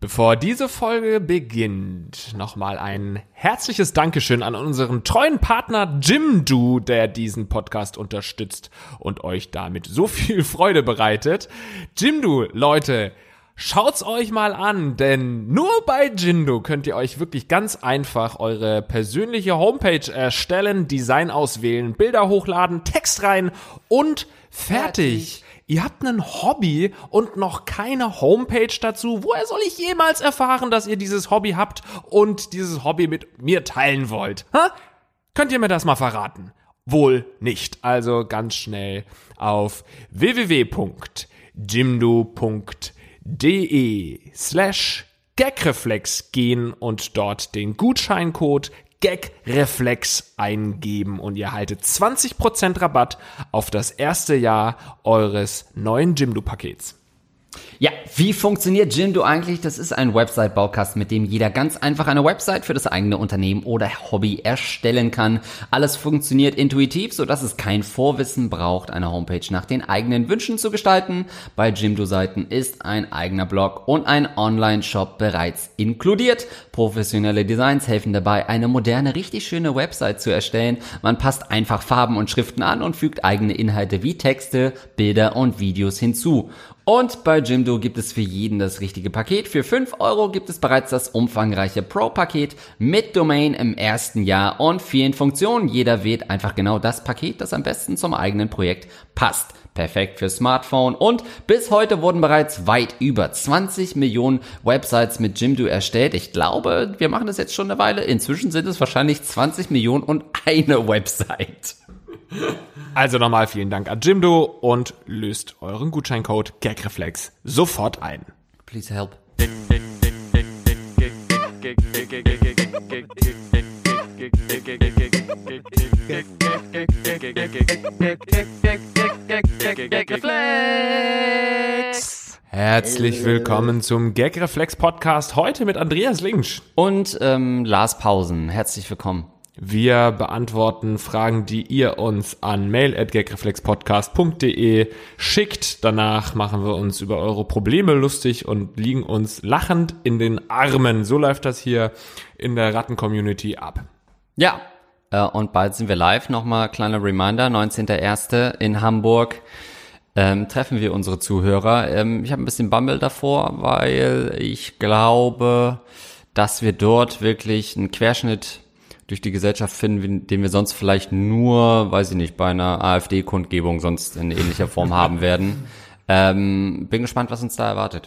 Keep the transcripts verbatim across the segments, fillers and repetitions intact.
Bevor diese Folge beginnt, nochmal ein herzliches Dankeschön an unseren treuen Partner Jimdo, der diesen Podcast unterstützt und euch damit so viel Freude bereitet. Jimdo, Leute, schaut's euch mal an, denn nur bei Jimdo könnt ihr euch wirklich ganz einfach eure persönliche Homepage erstellen, Design auswählen, Bilder hochladen, Text rein und fertig. fertig. Ihr habt ein Hobby und noch keine Homepage dazu. Woher soll ich jemals erfahren, dass ihr dieses Hobby habt und dieses Hobby mit mir teilen wollt? Ha? Könnt ihr mir das mal verraten? Wohl nicht. Also ganz schnell auf www.jimdo.de slash gagreflex gehen und dort den Gutscheincode gagreflex eingeben und ihr erhaltet zwanzig Prozent Rabatt auf das erste Jahr eures neuen Jimdo-Pakets. Ja, wie funktioniert Jimdo eigentlich? Das ist ein Website-Baukasten, mit dem jeder ganz einfach eine Website für das eigene Unternehmen oder Hobby erstellen kann. Alles funktioniert intuitiv, sodass es kein Vorwissen braucht, eine Homepage nach den eigenen Wünschen zu gestalten. Bei Jimdo-Seiten ist ein eigener Blog und ein Online-Shop bereits inkludiert. Professionelle Designs helfen dabei, eine moderne, richtig schöne Website zu erstellen. Man passt einfach Farben und Schriften an und fügt eigene Inhalte wie Texte, Bilder und Videos hinzu. Und bei Jimdo gibt es für jeden das richtige Paket. Für fünf Euro gibt es bereits das umfangreiche Pro-Paket mit Domain im ersten Jahr und vielen Funktionen. Jeder wählt einfach genau das Paket, das am besten zum eigenen Projekt passt. Perfekt für Smartphone und bis heute wurden bereits weit über zwanzig Millionen Websites mit Jimdo erstellt. Ich glaube, wir machen das jetzt schon eine Weile. Inzwischen sind es wahrscheinlich zwanzig Millionen und eine Website. Also nochmal vielen Dank an Jimdo und löst euren Gutscheincode gagreflex sofort ein. Please help. Herzlich willkommen zum Gagreflex Podcast, heute mit Andreas Linksch. Und ähm, Lars Pausen. Herzlich willkommen. Wir beantworten Fragen, die ihr uns an mail at gagreflexpodcast punkt de schickt. Danach machen wir uns über eure Probleme lustig und liegen uns lachend in den Armen. So läuft das hier in der Ratten-Community ab. Ja, äh, und bald sind wir live. Nochmal kleiner Reminder, neunzehnter erster in Hamburg. Ähm, treffen wir unsere Zuhörer. Ähm, ich habe ein bisschen Bammel davor, weil ich glaube, dass wir dort wirklich einen Querschnitt durch die Gesellschaft finden, den wir sonst vielleicht nur, weiß ich nicht, bei einer AfD-Kundgebung sonst in ähnlicher Form haben werden. Ähm, bin gespannt, was uns da erwartet.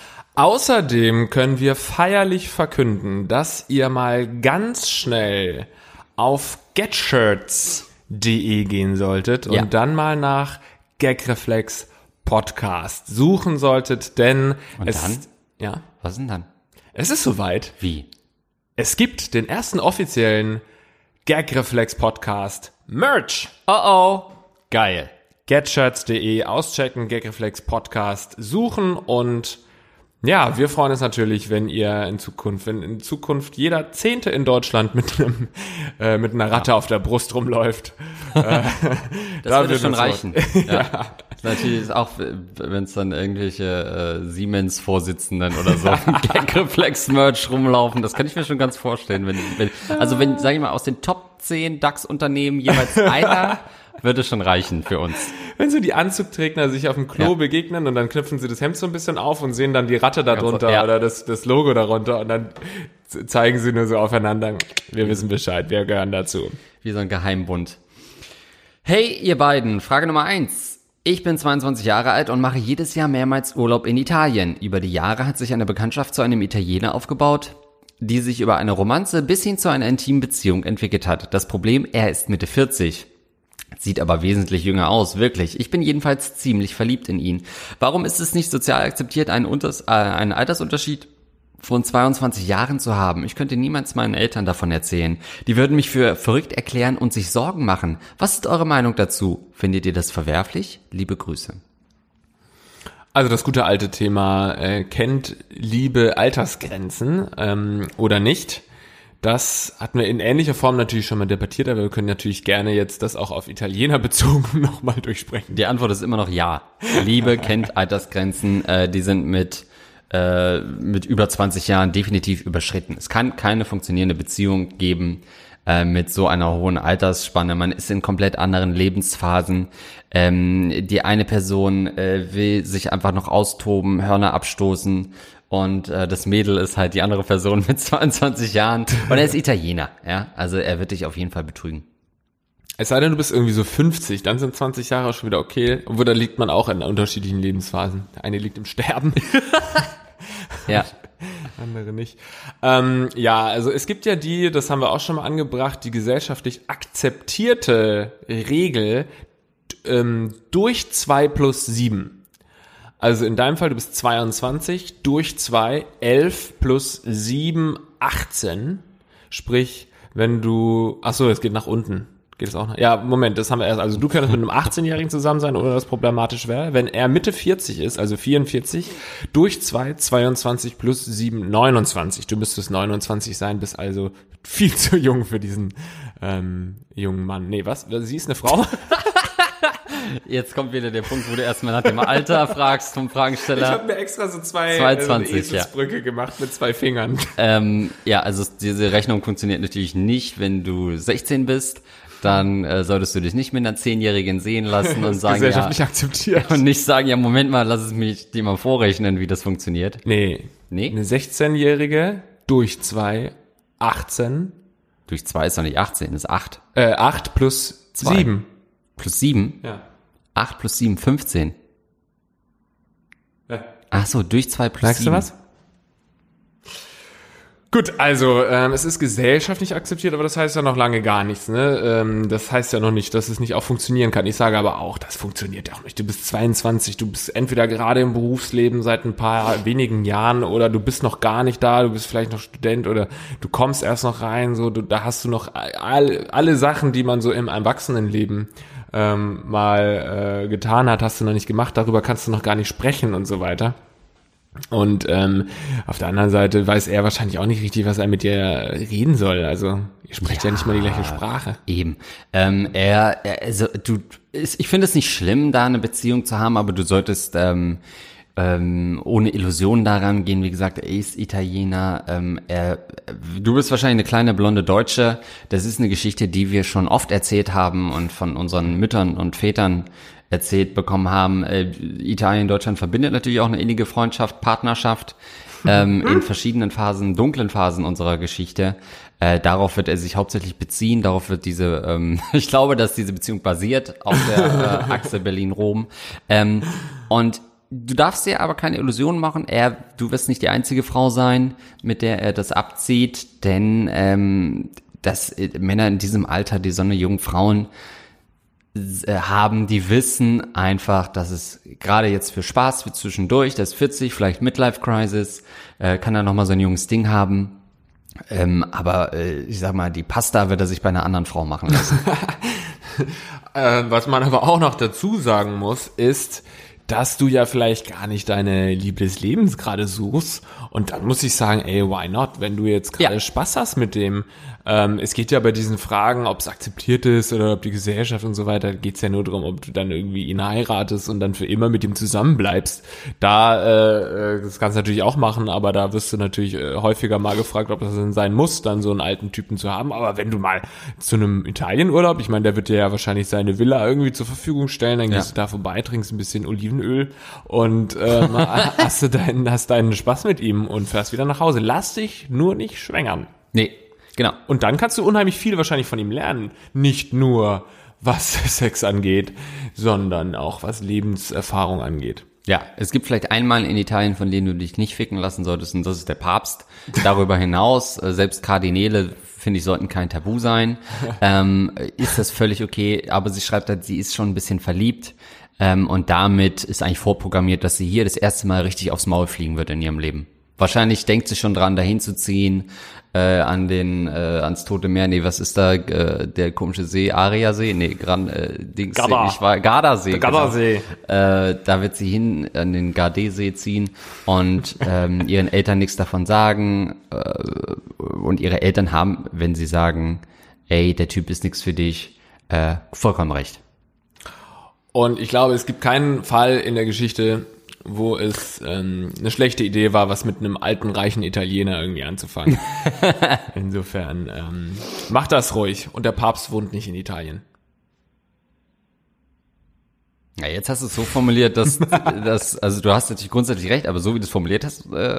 Außerdem können wir feierlich verkünden, dass ihr mal ganz schnell auf getshirts punkt de gehen solltet und ja. dann mal nach Gagreflex Podcast suchen solltet, denn und es... dann? Ja. Was ist denn dann? Es ist soweit. Wie? Es gibt den ersten offiziellen Gagreflex Podcast Merch. Oh oh. Geil. getshirts punkt de auschecken, Gagreflex Podcast suchen und ja, wir freuen uns natürlich, wenn ihr in Zukunft, wenn in Zukunft jeder Zehnte in Deutschland mit einem äh, mit einer Ratte ja. auf der Brust rumläuft. das da würde schon reichen. Ja. ja. Natürlich auch, wenn es dann irgendwelche äh, Siemens-Vorsitzenden oder so Gagreflex-Merch rumlaufen, das kann ich mir schon ganz vorstellen. Wenn, wenn, also wenn, sag ich mal, aus den Top zehn DAX-Unternehmen jeweils einer, würde schon reichen für uns. Wenn so die Anzugträger sich auf dem Klo ja. begegnen und dann knüpfen sie das Hemd so ein bisschen auf und sehen dann die Ratte da drunter ja. oder das, das Logo darunter und dann zeigen sie nur so aufeinander. Wir wissen Bescheid, wir gehören dazu. Wie so ein Geheimbund. Hey, ihr beiden, Frage Nummer eins. Ich bin zweiundzwanzig Jahre alt und mache jedes Jahr mehrmals Urlaub in Italien. Über die Jahre hat sich eine Bekanntschaft zu einem Italiener aufgebaut, die sich über eine Romanze bis hin zu einer intimen Beziehung entwickelt hat. Das Problem, er ist Mitte vierzig. Sieht aber wesentlich jünger aus, wirklich. Ich bin jedenfalls ziemlich verliebt in ihn. Warum ist es nicht sozial akzeptiert, einen, Unters- äh, einen Altersunterschied von zweiundzwanzig Jahren zu haben? Ich könnte niemals meinen Eltern davon erzählen. Die würden mich für verrückt erklären und sich Sorgen machen. Was ist eure Meinung dazu? Findet ihr das verwerflich? Liebe Grüße. Also das gute alte Thema, äh, kennt Liebe Altersgrenzen ähm, oder nicht? Das hatten wir in ähnlicher Form natürlich schon mal debattiert, aber wir können natürlich gerne jetzt das auch auf Italiener bezogen nochmal durchsprechen. Die Antwort ist immer noch ja. Liebe kennt Altersgrenzen, äh, die sind mit äh, mit über zwanzig Jahren definitiv überschritten. Es kann keine funktionierende Beziehung geben äh, mit so einer hohen Altersspanne. Man ist in komplett anderen Lebensphasen. Ähm, die eine Person äh, will sich einfach noch austoben, Hörner abstoßen. Und äh, das Mädel ist halt die andere Person mit zweiundzwanzig Jahren. Und er ist Italiener, ja. Also er wird dich auf jeden Fall betrügen. Es sei denn, du bist irgendwie so fünfzig, dann sind zwanzig Jahre schon wieder okay. Obwohl, da liegt man auch in unterschiedlichen Lebensphasen. Der eine liegt im Sterben. Ja. Andere nicht. Ähm, ja, also es gibt ja die, das haben wir auch schon mal angebracht, die gesellschaftlich akzeptierte Regel ähm, durch zwei plus sieben. Also in deinem Fall, du bist zweiundzwanzig, durch zwei, elf plus sieben, achtzehn. Sprich, wenn du, ach so, es geht nach unten. Geht es auch noch? Ja, Moment, das haben wir erst. Also du könntest mit einem achtzehnjährigen zusammen sein, oder das problematisch wäre. Wenn er Mitte vierzig ist, also vierundvierzig, durch zwei, zweiundzwanzig plus sieben, neunundzwanzig. Du müsstest neunundzwanzig sein, bist also viel zu jung für diesen ähm, jungen Mann. Nee, was? Sie ist eine Frau? Jetzt kommt wieder der Punkt, wo du erstmal nach dem Alter fragst vom Fragesteller. Ich habe mir extra so zwei zweiundzwanzig, äh, Eselsbrücke ja. gemacht mit zwei Fingern. Ähm, ja, also diese Rechnung funktioniert natürlich nicht, wenn du sechzehn bist. Dann äh, solltest du dich nicht mit einer Zehnjährigen sehen lassen und sagen, gesellschaftlich ja, akzeptiert. Und nicht sagen, ja, Moment mal, lass es mich dir mal vorrechnen, wie das funktioniert. Nee. Nee? Eine sechzehnjährige durch zwei, achtzehn. Durch zwei ist doch nicht achtzehn, ist acht. Äh, acht plus zwei. sieben. Plus sieben? Ja. acht plus sieben, fünfzehn. Ja. Ach so, durch zwei plus Merkst sieben. du was? Gut, also ähm, es ist gesellschaftlich akzeptiert, aber das heißt ja noch lange gar nichts. Ne? Ähm, das heißt ja noch nicht, dass es nicht auch funktionieren kann. Ich sage aber auch, das funktioniert auch nicht. Du bist zweiundzwanzig, du bist entweder gerade im Berufsleben seit ein paar wenigen Jahren oder du bist noch gar nicht da, du bist vielleicht noch Student oder du kommst erst noch rein. So, du, da hast du noch all, alle Sachen, die man so im Erwachsenenleben ähm, mal äh, getan hat, hast du noch nicht gemacht. Darüber kannst du noch gar nicht sprechen und so weiter. Und ähm, auf der anderen Seite weiß er wahrscheinlich auch nicht richtig, was er mit dir reden soll. Also ihr sprecht ja, ja nicht mal die gleiche Sprache. Eben. Ähm, er, er, also du, ich finde es nicht schlimm, da eine Beziehung zu haben, aber du solltest ähm, ähm, ohne Illusionen daran gehen. Wie gesagt, er ist Italiener. Ähm, er, du bist wahrscheinlich eine kleine blonde Deutsche. Das ist eine Geschichte, die wir schon oft erzählt haben und von unseren Müttern und Vätern erzählt bekommen haben. Äh, Italien, Deutschland verbindet natürlich auch eine innige Freundschaft, Partnerschaft ähm, in verschiedenen Phasen, dunklen Phasen unserer Geschichte. Äh, darauf wird er sich hauptsächlich beziehen. Darauf wird diese, ähm, ich glaube, dass diese Beziehung basiert auf der äh, Achse Berlin-Rom. Ähm, und du darfst dir aber keine Illusionen machen. Er, du wirst nicht die einzige Frau sein, mit der er das abzieht, denn ähm, dass äh, Männer in diesem Alter, die so eine jungen Frauen haben, die wissen einfach, dass es gerade jetzt für Spaß, für zwischendurch, der ist vierzig, vielleicht Midlife-Crisis, äh, kann er nochmal so ein junges Ding haben, ähm, aber äh, ich sag mal, die Pasta wird er sich bei einer anderen Frau machen lassen. äh, was man aber auch noch dazu sagen muss, ist, dass du ja vielleicht gar nicht deine Liebe des Lebens gerade suchst. Und dann muss ich sagen, ey, why not? Wenn du jetzt gerade ja. Spaß hast mit dem, ähm, es geht ja bei diesen Fragen, ob es akzeptiert ist oder ob die Gesellschaft und so weiter, geht es ja nur darum, ob du dann irgendwie ihn heiratest und dann für immer mit ihm zusammenbleibst. Da, äh, das kannst du natürlich auch machen, aber da wirst du natürlich äh, häufiger mal gefragt, ob das denn sein muss, dann so einen alten Typen zu haben. Aber wenn du mal zu einem Italienurlaub, ich meine, der wird dir ja wahrscheinlich seine Villa irgendwie zur Verfügung stellen, dann gehst ja. du da vorbei, trinkst ein bisschen Olivenöl und äh, hast du deinen, hast deinen Spaß mit ihm und fährst wieder nach Hause. Lass dich nur nicht schwängern. Nee, genau. Und dann kannst du unheimlich viel wahrscheinlich von ihm lernen. Nicht nur, was Sex angeht, sondern auch, was Lebenserfahrung angeht. Ja, es gibt vielleicht einmal in Italien, von denen du dich nicht ficken lassen solltest, und das ist der Papst. Darüber hinaus, selbst Kardinäle, finde ich, sollten kein Tabu sein. ähm, ist das völlig okay, aber sie schreibt halt, sie ist schon ein bisschen verliebt. Ähm, und damit ist eigentlich vorprogrammiert, dass sie hier das erste Mal richtig aufs Maul fliegen wird in ihrem Leben. Wahrscheinlich denkt sie schon dran, dahin zu ziehen, äh, an den, äh, ans Tote Meer. Nee, was ist da, äh, der komische See, Ariasee? Nee, Gran, äh, Dings, Garda. ich war, Gardasee. Gardasee. Genau. Äh, da wird sie hin, an den Gardasee ziehen und, ähm, ihren Eltern nichts davon sagen, äh, und ihre Eltern haben, wenn sie sagen, ey, der Typ ist nichts für dich, äh, vollkommen recht. Und ich glaube, es gibt keinen Fall in der Geschichte, wo es ähm, eine schlechte Idee war, was mit einem alten, reichen Italiener irgendwie anzufangen. Insofern, ähm, macht das ruhig. Und der Papst wohnt nicht in Italien. Ja, jetzt hast du es so formuliert, dass, dass, also du hast natürlich grundsätzlich recht, aber so wie du es formuliert hast, äh,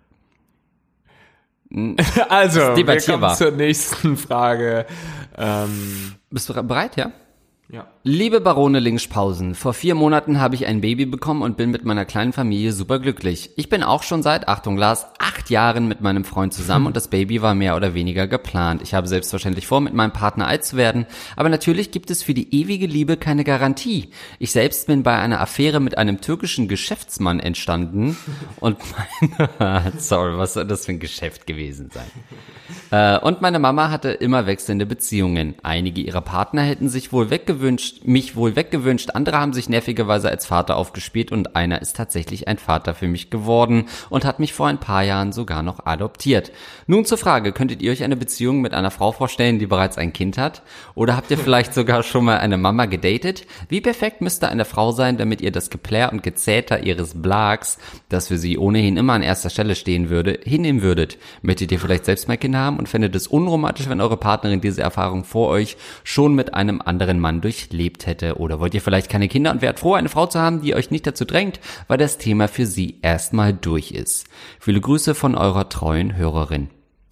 also, wir debattierbar. kommen zur nächsten Frage. Ähm, Bist du bereit, ja? ja. Liebe Barone Linkspausen, vor vier Monaten habe ich ein Baby bekommen und bin mit meiner kleinen Familie super glücklich. Ich bin auch schon seit, Achtung Lars, acht Jahren mit meinem Freund zusammen und das Baby war mehr oder weniger geplant. Ich habe selbstverständlich vor, mit meinem Partner alt zu werden, aber natürlich gibt es für die ewige Liebe keine Garantie. Ich selbst bin bei einer Affäre mit einem türkischen Geschäftsmann entstanden und meine, sorry, was soll das für ein Geschäft gewesen sein? Äh, und meine Mama hatte immer wechselnde Beziehungen. Einige ihrer Partner hätten sich wohl weggewünscht, mich wohl weggewünscht, andere haben sich nervigerweise als Vater aufgespielt und einer ist tatsächlich ein Vater für mich geworden und hat mich vor ein paar Jahren sogar noch adoptiert. Nun zur Frage, könntet ihr euch eine Beziehung mit einer Frau vorstellen, die bereits ein Kind hat? Oder habt ihr vielleicht sogar schon mal eine Mama gedatet? Wie perfekt müsste eine Frau sein, damit ihr das Geplär und Gezäter ihres Blags, das für sie ohnehin immer an erster Stelle stehen würde, hinnehmen würdet? Möchtet ihr vielleicht selbst mal Kinder haben und fändet es unromantisch, wenn eure Partnerin diese Erfahrung vor euch schon mit einem anderen Mann durchlebt hätte? Oder wollt ihr vielleicht keine Kinder und wärt froh, eine Frau zu haben, die euch nicht dazu drängt, weil das Thema für sie erstmal durch ist? Viele Grüße von eurer treuen Hörerin.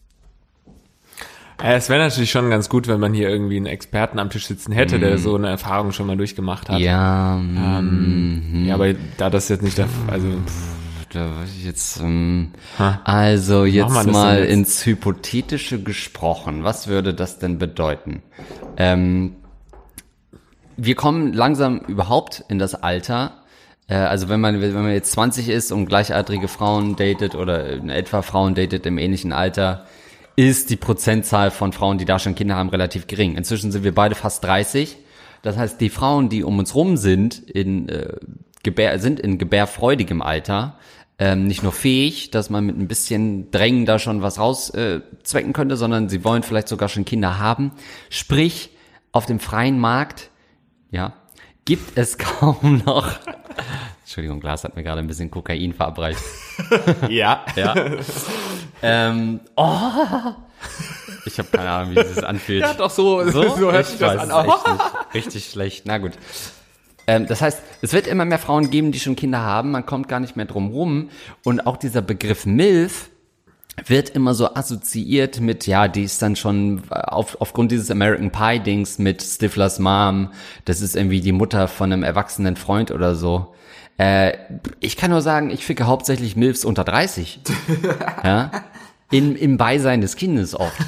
Ja, es wäre natürlich schon ganz gut, wenn man hier irgendwie einen Experten am Tisch sitzen hätte, mm. der so eine Erfahrung schon mal durchgemacht hat. Ja, ähm, mm. ja, aber da das jetzt nicht der, also da weiß ich jetzt, ähm, also jetzt mal jetzt? ins Hypothetische gesprochen. Was würde das denn bedeuten? Ähm, wir kommen langsam überhaupt in das Alter, äh, also wenn man wenn man jetzt zwanzig ist und gleichaltrige Frauen datet oder in etwa Frauen datet im ähnlichen Alter, ist die Prozentzahl von Frauen, die da schon Kinder haben, relativ gering. Inzwischen sind wir beide fast dreißig. Das heißt, die Frauen, die um uns rum sind, in äh, Gebär, sind in gebärfreudigem Alter, ähm, nicht nur fähig, dass man mit ein bisschen Drängen da schon was rauszwecken äh, könnte, sondern sie wollen vielleicht sogar schon Kinder haben. Sprich, auf dem freien Markt, ja, gibt es kaum noch... Entschuldigung, Glas hat mir gerade ein bisschen Kokain verabreicht. Ja. Ja. ähm, oh. Ich habe keine Ahnung, wie es sich anfühlt. Ja, doch so, so, so hört sich das an. Oh. Echt nicht. Richtig schlecht. Na gut. Ähm, das heißt, es wird immer mehr Frauen geben, die schon Kinder haben. Man kommt gar nicht mehr drum rum. Und auch dieser Begriff MILF wird immer so assoziiert mit, ja, die ist dann schon auf, aufgrund dieses American Pie Dings mit Stiflers Mom. Das ist irgendwie die Mutter von einem erwachsenen Freund oder so. Äh, ich kann nur sagen, ich ficke hauptsächlich Milfs unter dreißig. Ja? In, im Beisein des Kindes oft.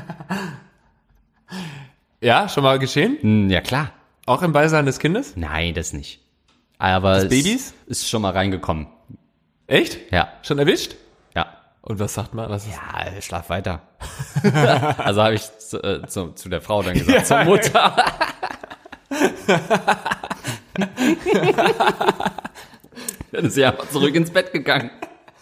Ja, schon mal geschehen? Hm, ja, klar. Auch im Beisein des Kindes? Nein, das nicht. Aber des Babys? Ist schon mal reingekommen. Echt? Ja. Schon erwischt? Ja. Und was sagt man? Was ist ja, schlaf weiter. Also habe ich zu, äh, zu, zu der Frau dann gesagt, ja, zur Mutter. Dann ist sie einfach zurück ins Bett gegangen.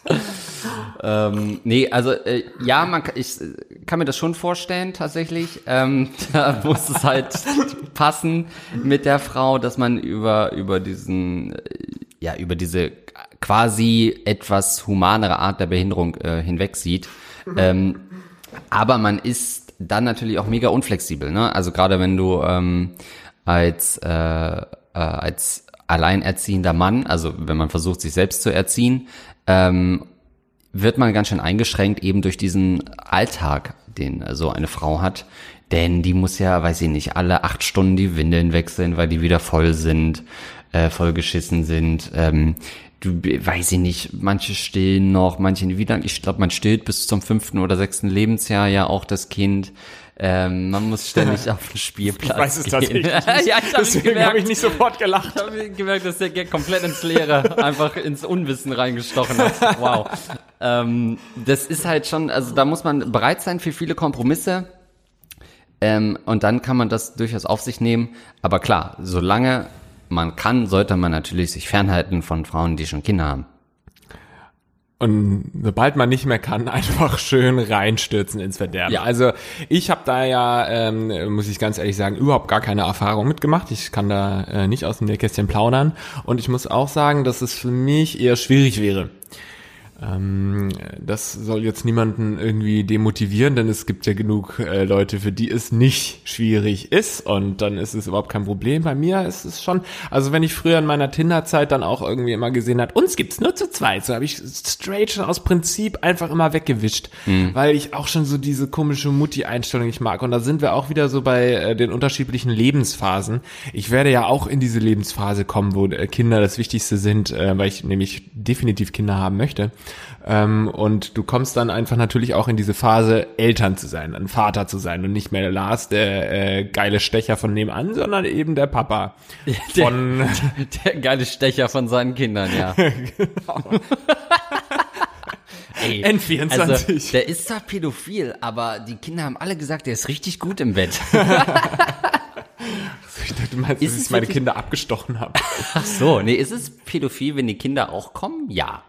ähm, nee, also äh, ja, man, ich kann mir das schon vorstellen tatsächlich. Ähm, da muss es halt passen mit der Frau, dass man über über diesen äh, ja über diese quasi etwas humanere Art der Behinderung äh, hinweg sieht. Ähm, aber man ist dann natürlich auch mega unflexibel, ne? Also gerade wenn du ähm, als äh, äh, als alleinerziehender Mann, also wenn man versucht, sich selbst zu erziehen, ähm, wird man ganz schön eingeschränkt eben durch diesen Alltag, den so eine Frau hat. Denn die muss ja, weiß ich nicht, alle acht Stunden die Windeln wechseln, weil die wieder voll sind, äh, vollgeschissen sind. Ähm, du, weiß ich nicht, manche stillen noch, manche wieder. Ich glaube, man stillt bis zum fünften oder sechsten Lebensjahr ja auch das Kind. Ähm, man muss ständig auf den Spielplatz ich weiß es gehen. Tatsächlich nicht. Ja, ich hab deswegen habe ich nicht sofort gelacht. Ich habe gemerkt, dass der Gag komplett ins Leere, einfach ins Unwissen reingestochen hat. Wow. Ähm, das ist halt schon, also da muss man bereit sein für viele Kompromisse. Ähm, und dann kann man das durchaus auf sich nehmen. Aber klar, solange man kann, sollte man natürlich sich fernhalten von Frauen, die schon Kinder haben. Und sobald man nicht mehr kann, einfach schön reinstürzen ins Verderben. Ja. Also ich habe da ja, ähm, muss ich ganz ehrlich sagen, überhaupt gar keine Erfahrung mitgemacht. Ich kann da äh, nicht aus dem Nähkästchen plaudern. Und ich muss auch sagen, dass es für mich eher schwierig wäre. Ähm, das soll jetzt niemanden irgendwie demotivieren, denn es gibt ja genug äh, Leute, für die es nicht schwierig ist und dann ist es überhaupt kein Problem. Bei mir ist es schon, also wenn ich früher in meiner Tinder-Zeit dann auch irgendwie immer gesehen habe, uns gibt's nur zu zweit, so habe ich straight schon aus Prinzip einfach immer weggewischt, mhm. weil ich auch schon so diese komische Mutti-Einstellung nicht mag und da sind wir auch wieder so bei äh, den unterschiedlichen Lebensphasen. Ich werde ja auch in diese Lebensphase kommen, wo äh, Kinder das Wichtigste sind, äh, weil ich nämlich definitiv Kinder haben möchte. Ähm, und du kommst dann einfach natürlich auch in diese Phase, Eltern zu sein, ein Vater zu sein und nicht mehr Lars, der äh, geile Stecher von nebenan, sondern eben der Papa von... Der, der geile Stecher von seinen Kindern, ja. Genau. Ey, N vierundzwanzig. Also, der ist zwar pädophil, aber die Kinder haben alle gesagt, der ist richtig gut im Bett. Ich dachte, du meinst, Ist dass es ich meine wirklich- Kinder abgestochen habe. Ach so, nee, ist es pädophil, wenn die Kinder auch kommen? Ja.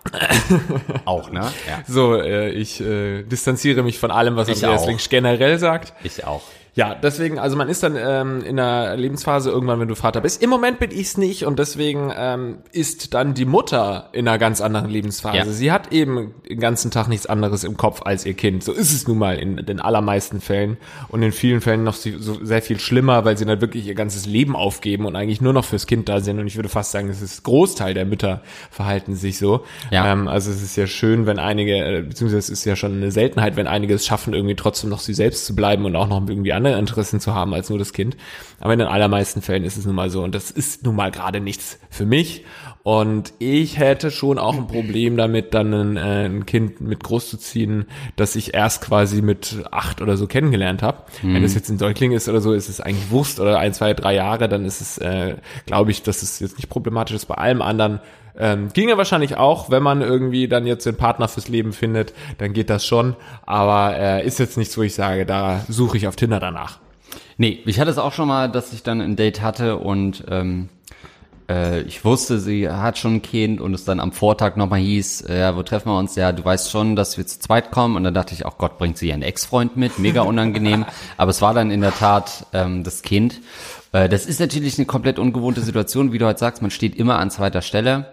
Auch, ne? Ja. So, äh, ich äh, distanziere mich von allem, was Ich Andreas auch. Links generell sagt. Ich auch. Ja, deswegen, also man ist dann ähm, in einer Lebensphase irgendwann, wenn du Vater bist. Im Moment bin ich's nicht und deswegen ähm, ist dann die Mutter in einer ganz anderen Lebensphase. Ja. Sie hat eben den ganzen Tag nichts anderes im Kopf als ihr Kind. So ist es nun mal in den allermeisten Fällen und in vielen Fällen noch so so sehr viel schlimmer, weil sie dann wirklich ihr ganzes Leben aufgeben und eigentlich nur noch fürs Kind da sind. Und ich würde fast sagen, das ist Großteil der Mütter verhalten sich so. Ja. Ähm, also es ist ja schön, wenn einige, äh, beziehungsweise es ist ja schon eine Seltenheit, wenn einige es schaffen, irgendwie trotzdem noch sie selbst zu bleiben und auch noch irgendwie andere Interessen zu haben als nur das Kind. Aber in den allermeisten Fällen ist es nun mal so. Und das ist nun mal gerade nichts für mich. Und ich hätte schon auch ein Problem damit, dann ein, äh, ein Kind mit großzuziehen, das ich erst quasi mit acht oder so kennengelernt habe. Mhm. Wenn es jetzt ein Säugling ist oder so, ist es eigentlich Wurst oder ein, zwei, drei Jahre, dann ist es, äh, glaube ich, dass es jetzt nicht problematisch ist. Bei allem anderen ähm, ginge wahrscheinlich auch, wenn man irgendwie dann jetzt den Partner fürs Leben findet, dann geht das schon. Aber äh, ist jetzt nichts, wo ich sage, da suche ich auf Tinder danach. Nee, ich hatte es auch schon mal, dass ich dann ein Date hatte und ähm, äh, ich wusste, sie hat schon ein Kind und es dann am Vortag nochmal hieß, äh, ja, wo treffen wir uns? Ja, du weißt schon, dass wir zu zweit kommen. Und dann dachte ich, ach Gott, bringt sie ihren Ex-Freund mit? Mega unangenehm. Aber es war dann in der Tat ähm, das Kind. Äh, das ist natürlich eine komplett ungewohnte Situation, wie du halt sagst, man steht immer an zweiter Stelle.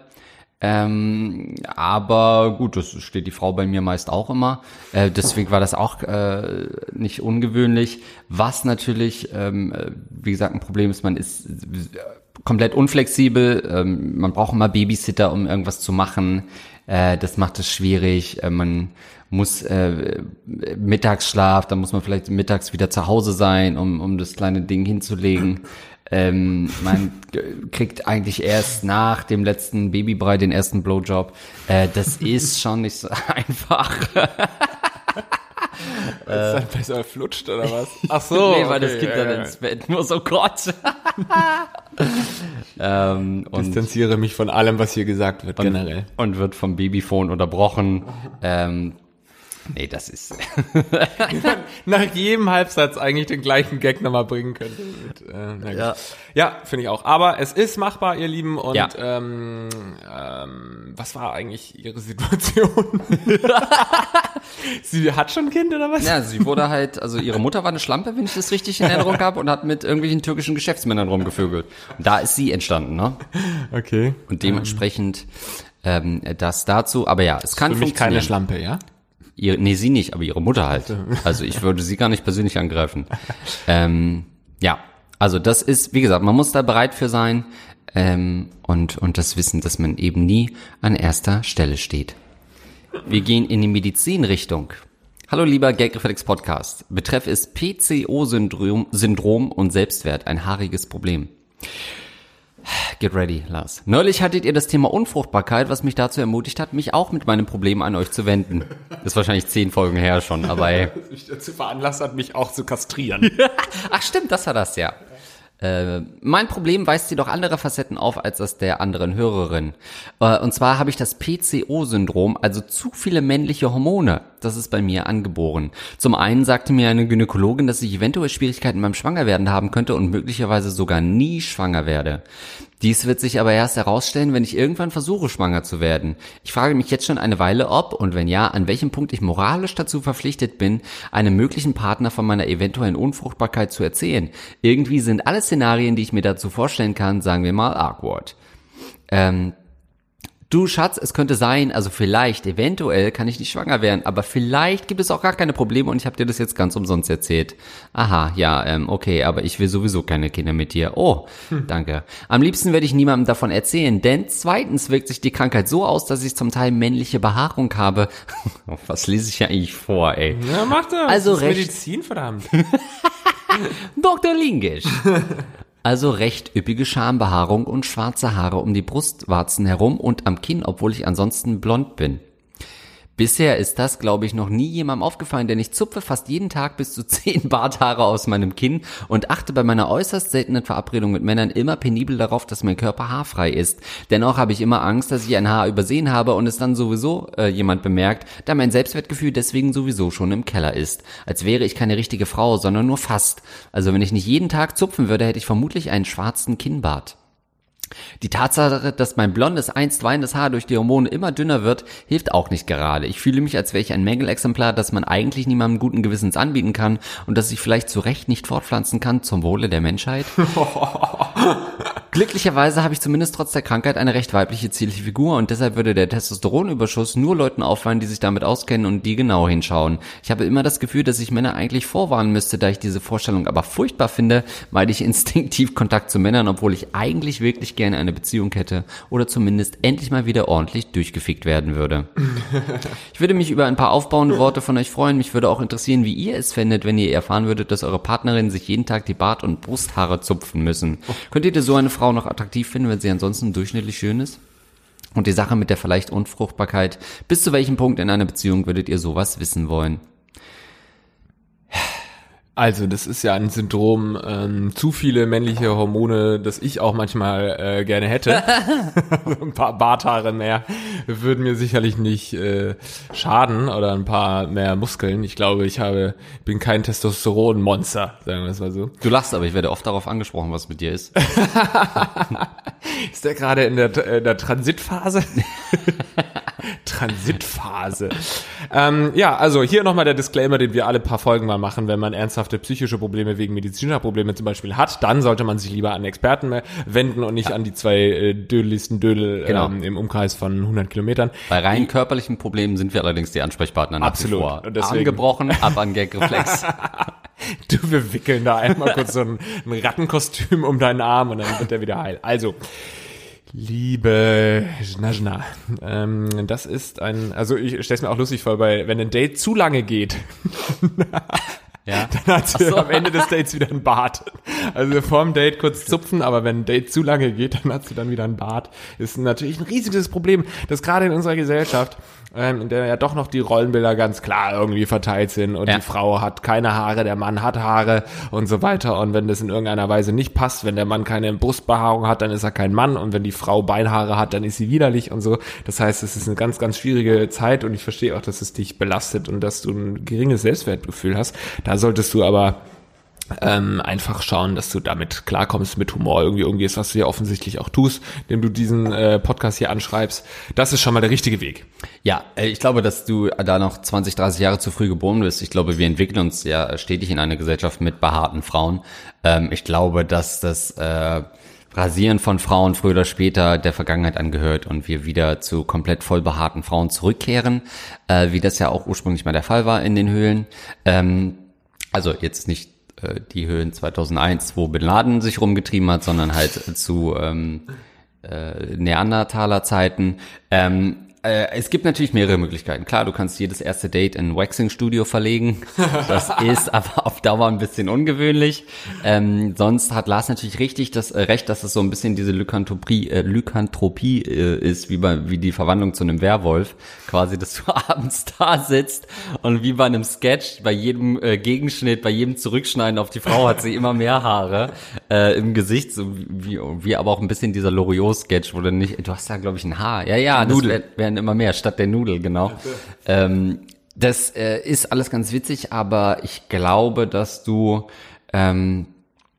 Ähm, aber gut, das steht die Frau bei mir meist auch immer. Äh, deswegen war das auch äh, nicht ungewöhnlich. Was natürlich, ähm, wie gesagt, ein Problem ist, man ist komplett unflexibel. Ähm, man braucht immer Babysitter, um irgendwas zu machen. Äh, das macht es schwierig. Äh, man muss äh, Mittagsschlaf, dann muss man vielleicht mittags wieder zu Hause sein, um um das kleine Ding hinzulegen. Ähm, man kriegt eigentlich erst nach dem letzten Babybrei den ersten Blowjob. Äh, das ist schon nicht so einfach. Ist dann besser flutscht oder was? Ach so. Nee, weil okay, das Kind ja, dann ja. ins Bett muss, oh Gott. ähm, und, Distanziere mich von allem, was hier gesagt wird, generell. und wird vom Babyphone unterbrochen. Ähm, nee, das ist... Nach jedem Halbsatz eigentlich den gleichen Gag nochmal bringen könnte. Mit, äh, na gut. Ja. Ja, finde ich auch. Aber es ist machbar, ihr Lieben. Und Ja. ähm, ähm, was war eigentlich Ihre Situation? Sie hat schon ein Kind oder was? Ja, sie wurde halt, also ihre Mutter war eine Schlampe, wenn ich das richtig in Erinnerung habe, und hat mit irgendwelchen türkischen Geschäftsmännern rumgevögelt. Und da ist sie entstanden, ne? Okay. Und dementsprechend ähm, das dazu. Aber ja, es kann Für mich keine funktionieren. Schlampe, ja? Ihre, nee, sie nicht, aber ihre Mutter halt. Also ich würde sie gar nicht persönlich angreifen. Ähm, ja, also das ist, wie gesagt, man muss da bereit für sein ähm, und und das Wissen, dass man eben nie an erster Stelle steht. Wir gehen in die Medizinrichtung. Hallo lieber Gagreflex Podcast. Betreff ist P C O-Syndrom Syndrom und Selbstwert, ein haariges Problem. Get ready, Lars. Neulich hattet ihr das Thema Unfruchtbarkeit, was mich dazu ermutigt hat, mich auch mit meinem Problem an euch zu wenden. Das ist wahrscheinlich zehn Folgen her schon, aber ey. Was mich dazu veranlasst hat, mich auch zu kastrieren. Ach stimmt, das war das, ja. Äh, mein Problem weist jedoch andere Facetten auf als das der anderen Hörerin. Äh, und zwar habe ich das P C O-Syndrom, also zu viele männliche Hormone. Das ist bei mir angeboren. Zum einen sagte mir eine Gynäkologin, dass ich eventuell Schwierigkeiten beim Schwangerwerden haben könnte und möglicherweise sogar nie schwanger werde. Dies wird sich aber erst herausstellen, wenn ich irgendwann versuche, schwanger zu werden. Ich frage mich jetzt schon eine Weile, ob und wenn ja, an welchem Punkt ich moralisch dazu verpflichtet bin, einem möglichen Partner von meiner eventuellen Unfruchtbarkeit zu erzählen. Irgendwie sind alle Szenarien, die ich mir dazu vorstellen kann, sagen wir mal, awkward. Ähm, Du Schatz, es könnte sein, also vielleicht, eventuell kann ich nicht schwanger werden, aber vielleicht gibt es auch gar keine Probleme und ich habe dir das jetzt ganz umsonst erzählt. Aha, ja, ähm, okay, aber ich will sowieso keine Kinder mit dir. Oh, hm. danke. Am liebsten werde ich niemandem davon erzählen, denn zweitens wirkt sich die Krankheit so aus, dass ich zum Teil männliche Behaarung habe. Was lese ich ja eigentlich vor, ey? Ja, mach das. Also das ist recht. Medizin, verdammt. Doktor Lingisch. Also recht üppige Schambehaarung und schwarze Haare um die Brustwarzen herum und am Kinn, obwohl ich ansonsten blond bin. Bisher ist das, glaube ich, noch nie jemandem aufgefallen, denn ich zupfe fast jeden Tag bis zu zehn Barthaare aus meinem Kinn und achte bei meiner äußerst seltenen Verabredung mit Männern immer penibel darauf, dass mein Körper haarfrei ist. Dennoch habe ich immer Angst, dass ich ein Haar übersehen habe und es dann sowieso äh, jemand bemerkt, da mein Selbstwertgefühl deswegen sowieso schon im Keller ist. Als wäre ich keine richtige Frau, sondern nur fast. Also wenn ich nicht jeden Tag zupfen würde, hätte ich vermutlich einen schwarzen Kinnbart. Die Tatsache, dass mein blondes, einst weinendes Haar durch die Hormone immer dünner wird, hilft auch nicht gerade. Ich fühle mich, als wäre ich ein Mängelexemplar, das man eigentlich niemandem guten Gewissens anbieten kann und das ich vielleicht zu Recht nicht fortpflanzen kann zum Wohle der Menschheit. Glücklicherweise habe ich zumindest trotz der Krankheit eine recht weibliche, zierliche Figur und deshalb würde der Testosteronüberschuss nur Leuten auffallen, die sich damit auskennen und die genau hinschauen. Ich habe immer das Gefühl, dass ich Männer eigentlich vorwarnen müsste, da ich diese Vorstellung aber furchtbar finde, meide ich instinktiv Kontakt zu Männern, obwohl ich eigentlich wirklich gerne eine Beziehung hätte oder zumindest endlich mal wieder ordentlich durchgefickt werden würde. Ich würde mich über ein paar aufbauende Worte von euch freuen. Mich würde auch interessieren, wie ihr es fändet, wenn ihr erfahren würdet, dass eure Partnerinnen sich jeden Tag die Bart- und Brusthaare zupfen müssen. Könntet ihr so eine Frau noch attraktiv finden, wenn sie ansonsten durchschnittlich schön ist? Und die Sache mit der vielleicht Unfruchtbarkeit, bis zu welchem Punkt in einer Beziehung würdet ihr sowas wissen wollen? Also das ist ja ein Syndrom, ähm, zu viele männliche Hormone, das ich auch manchmal äh, gerne hätte. Ein paar Barthaare mehr würden mir sicherlich nicht äh, schaden oder ein paar mehr Muskeln. Ich glaube, ich habe bin kein Testosteronmonster, sagen wir es mal so. Du lachst, aber ich werde oft darauf angesprochen, was mit dir ist. Ist der gerade in der, in der Transitphase? Transitphase. Ähm, ja, also hier nochmal der Disclaimer, den wir alle paar Folgen mal machen, wenn man ernsthafte psychische Probleme wegen medizinischer Probleme zum Beispiel hat, dann sollte man sich lieber an Experten wenden und nicht ja. an die zwei äh, dödeligsten Dödel genau. ähm, im Umkreis von hundert Kilometern. Bei rein die, körperlichen Problemen sind wir allerdings die Ansprechpartner nach absolut. Wie vor. Und deswegen, angebrochen, ab an Gagreflex. Du, wir wickeln da einmal kurz so ein, ein Rattenkostüm um deinen Arm und dann wird der wieder heil. Also, liebe Schnajna, ähm, das ist ein, also ich stell's mir auch lustig vor, weil wenn ein Date zu lange geht, ja. dann hat sie so. am Ende des Dates wieder ein Bart. Also vor dem Date kurz zupfen, aber wenn ein Date zu lange geht, dann hat sie dann wieder ein Bart. Ist natürlich ein riesiges Problem, das gerade in unserer Gesellschaft, ähm, in der ja doch noch die Rollenbilder ganz klar irgendwie verteilt sind und ja. die Frau hat keine Haare, der Mann hat Haare und so weiter. Und wenn das in irgendeiner Weise nicht passt, wenn der Mann keine Brustbehaarung hat, dann ist er kein Mann und wenn die Frau Beinhaare hat, dann ist sie widerlich und so. Das heißt, es ist eine ganz, ganz schwierige Zeit und ich verstehe auch, dass es dich belastet und dass du ein geringes Selbstwertgefühl hast. Da solltest du aber ähm, einfach schauen, dass du damit klarkommst, mit Humor irgendwie umgehst, was du ja offensichtlich auch tust, indem du diesen äh, Podcast hier anschreibst. Das ist schon mal der richtige Weg. Ja, ich glaube, dass du da noch zwanzig, dreißig Jahre zu früh geboren bist. Ich glaube, wir entwickeln uns ja stetig in eine Gesellschaft mit behaarten Frauen. Ähm, ich glaube, dass das äh, Rasieren von Frauen früher oder später der Vergangenheit angehört und wir wieder zu komplett voll behaarten Frauen zurückkehren, äh, wie das ja auch ursprünglich mal der Fall war in den Höhlen. Ähm, also jetzt nicht die Höhlen zweitausendeins, wo Bin Laden sich rumgetrieben hat, sondern halt zu ähm, äh, Neandertaler-Zeiten. Ähm, äh, es gibt natürlich mehrere Möglichkeiten. Klar, du kannst jedes erste Date in ein Waxing-Studio verlegen. Das ist aber auf Dauer ein bisschen ungewöhnlich. Ähm, sonst hat Lars natürlich richtig das äh, Recht, dass es so ein bisschen diese Lykanthropie, äh, Lykanthropie äh, ist, wie bei wie die Verwandlung zu einem Werwolf. Quasi, dass du abends da sitzt und wie bei einem Sketch, bei jedem äh, Gegenschnitt, bei jedem Zurückschneiden auf die Frau hat sie immer mehr Haare äh, im Gesicht, so wie, wie aber auch ein bisschen dieser Loriot-Sketch, wo du nicht, du hast da glaube ich ein Haar. Ja, ja, das wär, werden immer mehr, statt der Nudel, genau. Ähm, das äh, ist alles ganz witzig, aber ich glaube, dass du ähm,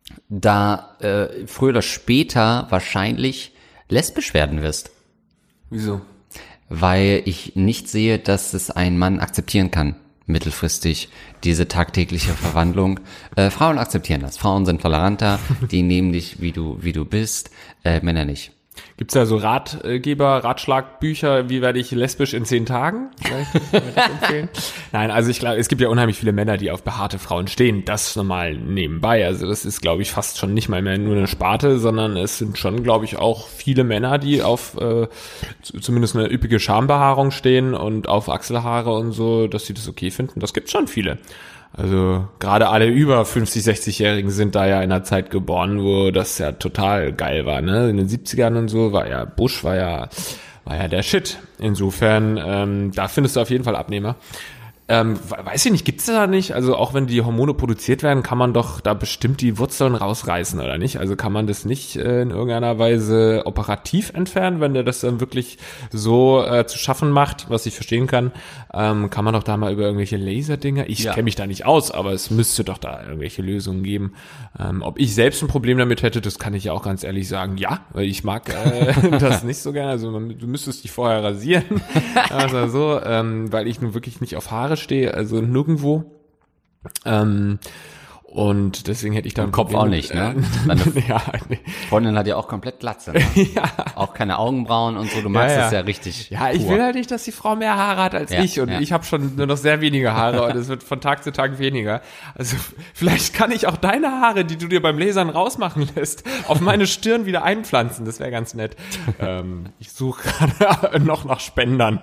da äh, früher oder später wahrscheinlich lesbisch werden wirst. Wieso? Weil ich nicht sehe, dass es ein Mann akzeptieren kann, mittelfristig, diese tagtägliche Verwandlung. Äh, Frauen akzeptieren das. Frauen sind toleranter, die nehmen dich, wie du wie du bist, äh, Männer nicht. Gibt's da so Ratgeber, Ratschlagbücher, wie werde ich lesbisch in zehn Tagen? Vielleicht kann man das empfehlen. Nein, also ich glaube, es gibt ja unheimlich viele Männer, die auf behaarte Frauen stehen. Das normal nebenbei. Also das ist, glaube ich, fast schon nicht mal mehr nur eine Sparte, sondern es sind schon, glaube ich, auch viele Männer, die auf äh, zumindest eine üppige Schambehaarung stehen und auf Achselhaare und so, dass sie das okay finden. Das gibt's schon viele. Also gerade alle über fünfzig, sechzig-Jährigen sind da ja in einer Zeit geboren, wo das ja total geil war, ne? In den siebzigern und so war ja Bush, war ja war ja der Shit. Insofern, ähm, da findest du auf jeden Fall Abnehmer. Ähm, weiß ich nicht, gibt's da nicht? Also auch wenn die Hormone produziert werden, kann man doch da bestimmt die Wurzeln rausreißen, oder nicht? Also kann man das nicht äh, in irgendeiner Weise operativ entfernen, wenn der das dann wirklich so äh, zu schaffen macht, was ich verstehen kann, ähm, kann man doch da mal über irgendwelche Laserdinger, ich Ja. kenne mich da nicht aus, aber es müsste doch da irgendwelche Lösungen geben. Ähm, ob ich selbst ein Problem damit hätte, das kann ich ja auch ganz ehrlich sagen, ja, weil ich mag äh, das nicht so gerne, also man, du müsstest dich vorher rasieren, also so, ähm, weil ich nun wirklich nicht auf Haare stehe, also nirgendwo. Ähm, und deswegen hätte ich da Im ein Kopf Problem auch mit, nicht, ne? äh, Deine ja, nee. Freundin hat ja auch komplett Glatze, ne? ja. Auch keine Augenbrauen und so, du magst Ja, ja. das ja richtig Ja, ich pur. will halt nicht, dass die Frau mehr Haare hat als Ja, ich und ja. ich habe schon nur noch sehr wenige Haare und es wird von Tag zu Tag weniger. Also vielleicht kann ich auch deine Haare, die du dir beim Lasern rausmachen lässt, auf meine Stirn wieder einpflanzen. Das wäre ganz nett. ähm, ich suche gerade noch nach Spendern.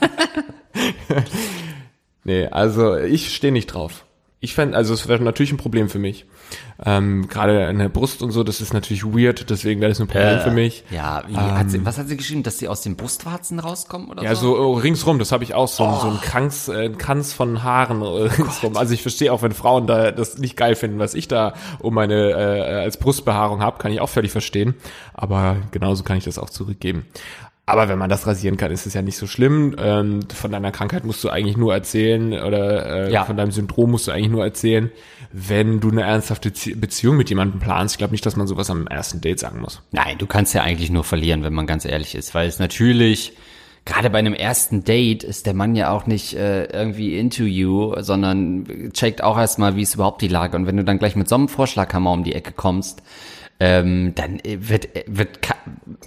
Nee, also ich stehe nicht drauf. Ich fände, also es wäre natürlich ein Problem für mich. Ähm, gerade eine Brust und so, das ist natürlich weird, deswegen wäre das ein Problem Äh, für mich. Ja, wie, hat sie, was hat sie geschrieben, dass sie aus den Brustwarzen rauskommen oder Ja, so? so oh, ringsrum, das habe ich auch, so, Oh. so ein Kranz, äh, ein Kranz von Haaren äh, ringsrum. Also ich verstehe auch, wenn Frauen da das nicht geil finden, was ich da um meine äh, als Brustbehaarung habe, kann ich auch völlig verstehen. Aber genauso kann ich das auch zurückgeben. Aber wenn man das rasieren kann, ist es ja nicht so schlimm. Ähm, von deiner Krankheit musst du eigentlich nur erzählen oder äh, Ja. von deinem Syndrom musst du eigentlich nur erzählen, wenn du eine ernsthafte Zie- Beziehung mit jemandem planst. Ich glaube nicht, dass man sowas am ersten Date sagen muss. Nein, du kannst ja eigentlich nur verlieren, wenn man ganz ehrlich ist, weil es natürlich, gerade bei einem ersten Date ist der Mann ja auch nicht äh, irgendwie into you, sondern checkt auch erstmal, wie ist überhaupt die Lage. Und wenn du dann gleich mit so einem Vorschlaghammer um die Ecke kommst, ähm, dann wird, wird, ka-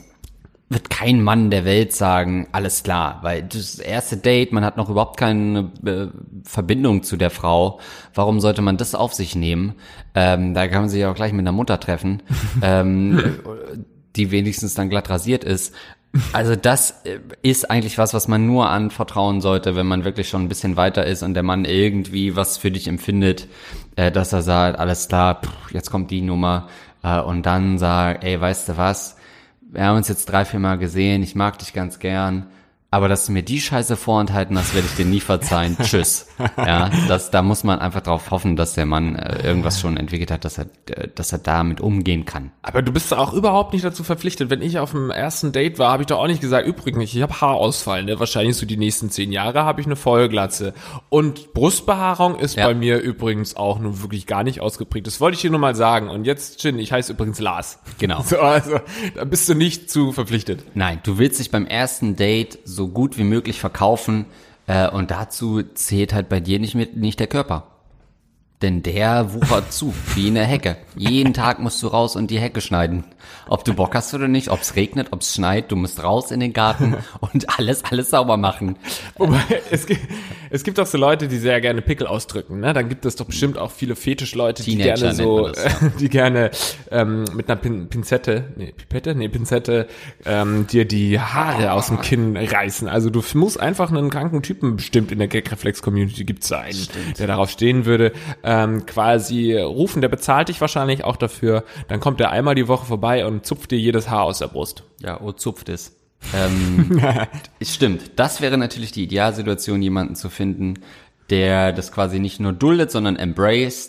wird kein Mann der Welt sagen, alles klar, weil das erste Date, man hat noch überhaupt keine äh, Verbindung zu der Frau. Warum sollte man das auf sich nehmen? Ähm, da kann man sich ja auch gleich mit einer Mutter treffen, ähm, die wenigstens dann glatt rasiert ist. Also das äh, ist eigentlich was, was man nur anvertrauen sollte, wenn man wirklich schon ein bisschen weiter ist und der Mann irgendwie was für dich empfindet, äh, dass er sagt, alles klar, pff, jetzt kommt die Nummer äh, und dann sagt, ey, weißt du was, wir haben uns jetzt drei, vier Mal gesehen, ich mag dich ganz gern, aber dass du mir die Scheiße vorenthalten hast, werde ich dir nie verzeihen. Tschüss. Ja, das, da muss man einfach drauf hoffen, dass der Mann äh, irgendwas schon entwickelt hat, dass er, äh, dass er damit umgehen kann. Aber du bist auch überhaupt nicht dazu verpflichtet. Wenn ich auf dem ersten Date war, habe ich doch auch nicht gesagt, übrigens, ich habe Haarausfall, ne? Wahrscheinlich so die nächsten zehn Jahre habe ich eine Vollglatze. Und Brustbehaarung ist Ja. bei mir übrigens auch nun wirklich gar nicht ausgeprägt. Das wollte ich dir nur mal sagen. Und jetzt, Chin, ich heiße übrigens Lars. Genau. So, also, da bist du nicht zu verpflichtet. Nein, du willst dich beim ersten Date so gut wie möglich verkaufen äh, und dazu zählt halt bei dir nicht mit nicht der Körper. Denn der wuchert zu, wie in der Hecke. Jeden Tag musst du raus und die Hecke schneiden. Ob du Bock hast oder nicht, ob es regnet, ob es schneit, du musst raus in den Garten und alles, alles sauber machen. Wobei, es gibt, es gibt auch so Leute, die sehr gerne Pickel ausdrücken, ne? Dann gibt es doch bestimmt auch viele Fetischleute, die Teenager gerne so, nennt man das, ja. die gerne ähm, mit einer Pin Pinzette, nee, Pipette, nee, Pinzette, ähm, dir die Haare aus dem Kinn reißen. Also du musst einfach einen kranken Typen bestimmt in der Gagreflex-Community gibt's da einen, der darauf stehen würde, ähm, quasi rufen, der bezahlt dich wahrscheinlich auch dafür, dann kommt der einmal die Woche vorbei und zupft dir jedes Haar aus der Brust. Ja, oh, zupft es. Ähm, stimmt, das wäre natürlich die Idealsituation, jemanden zu finden, der das quasi nicht nur duldet, sondern embraced,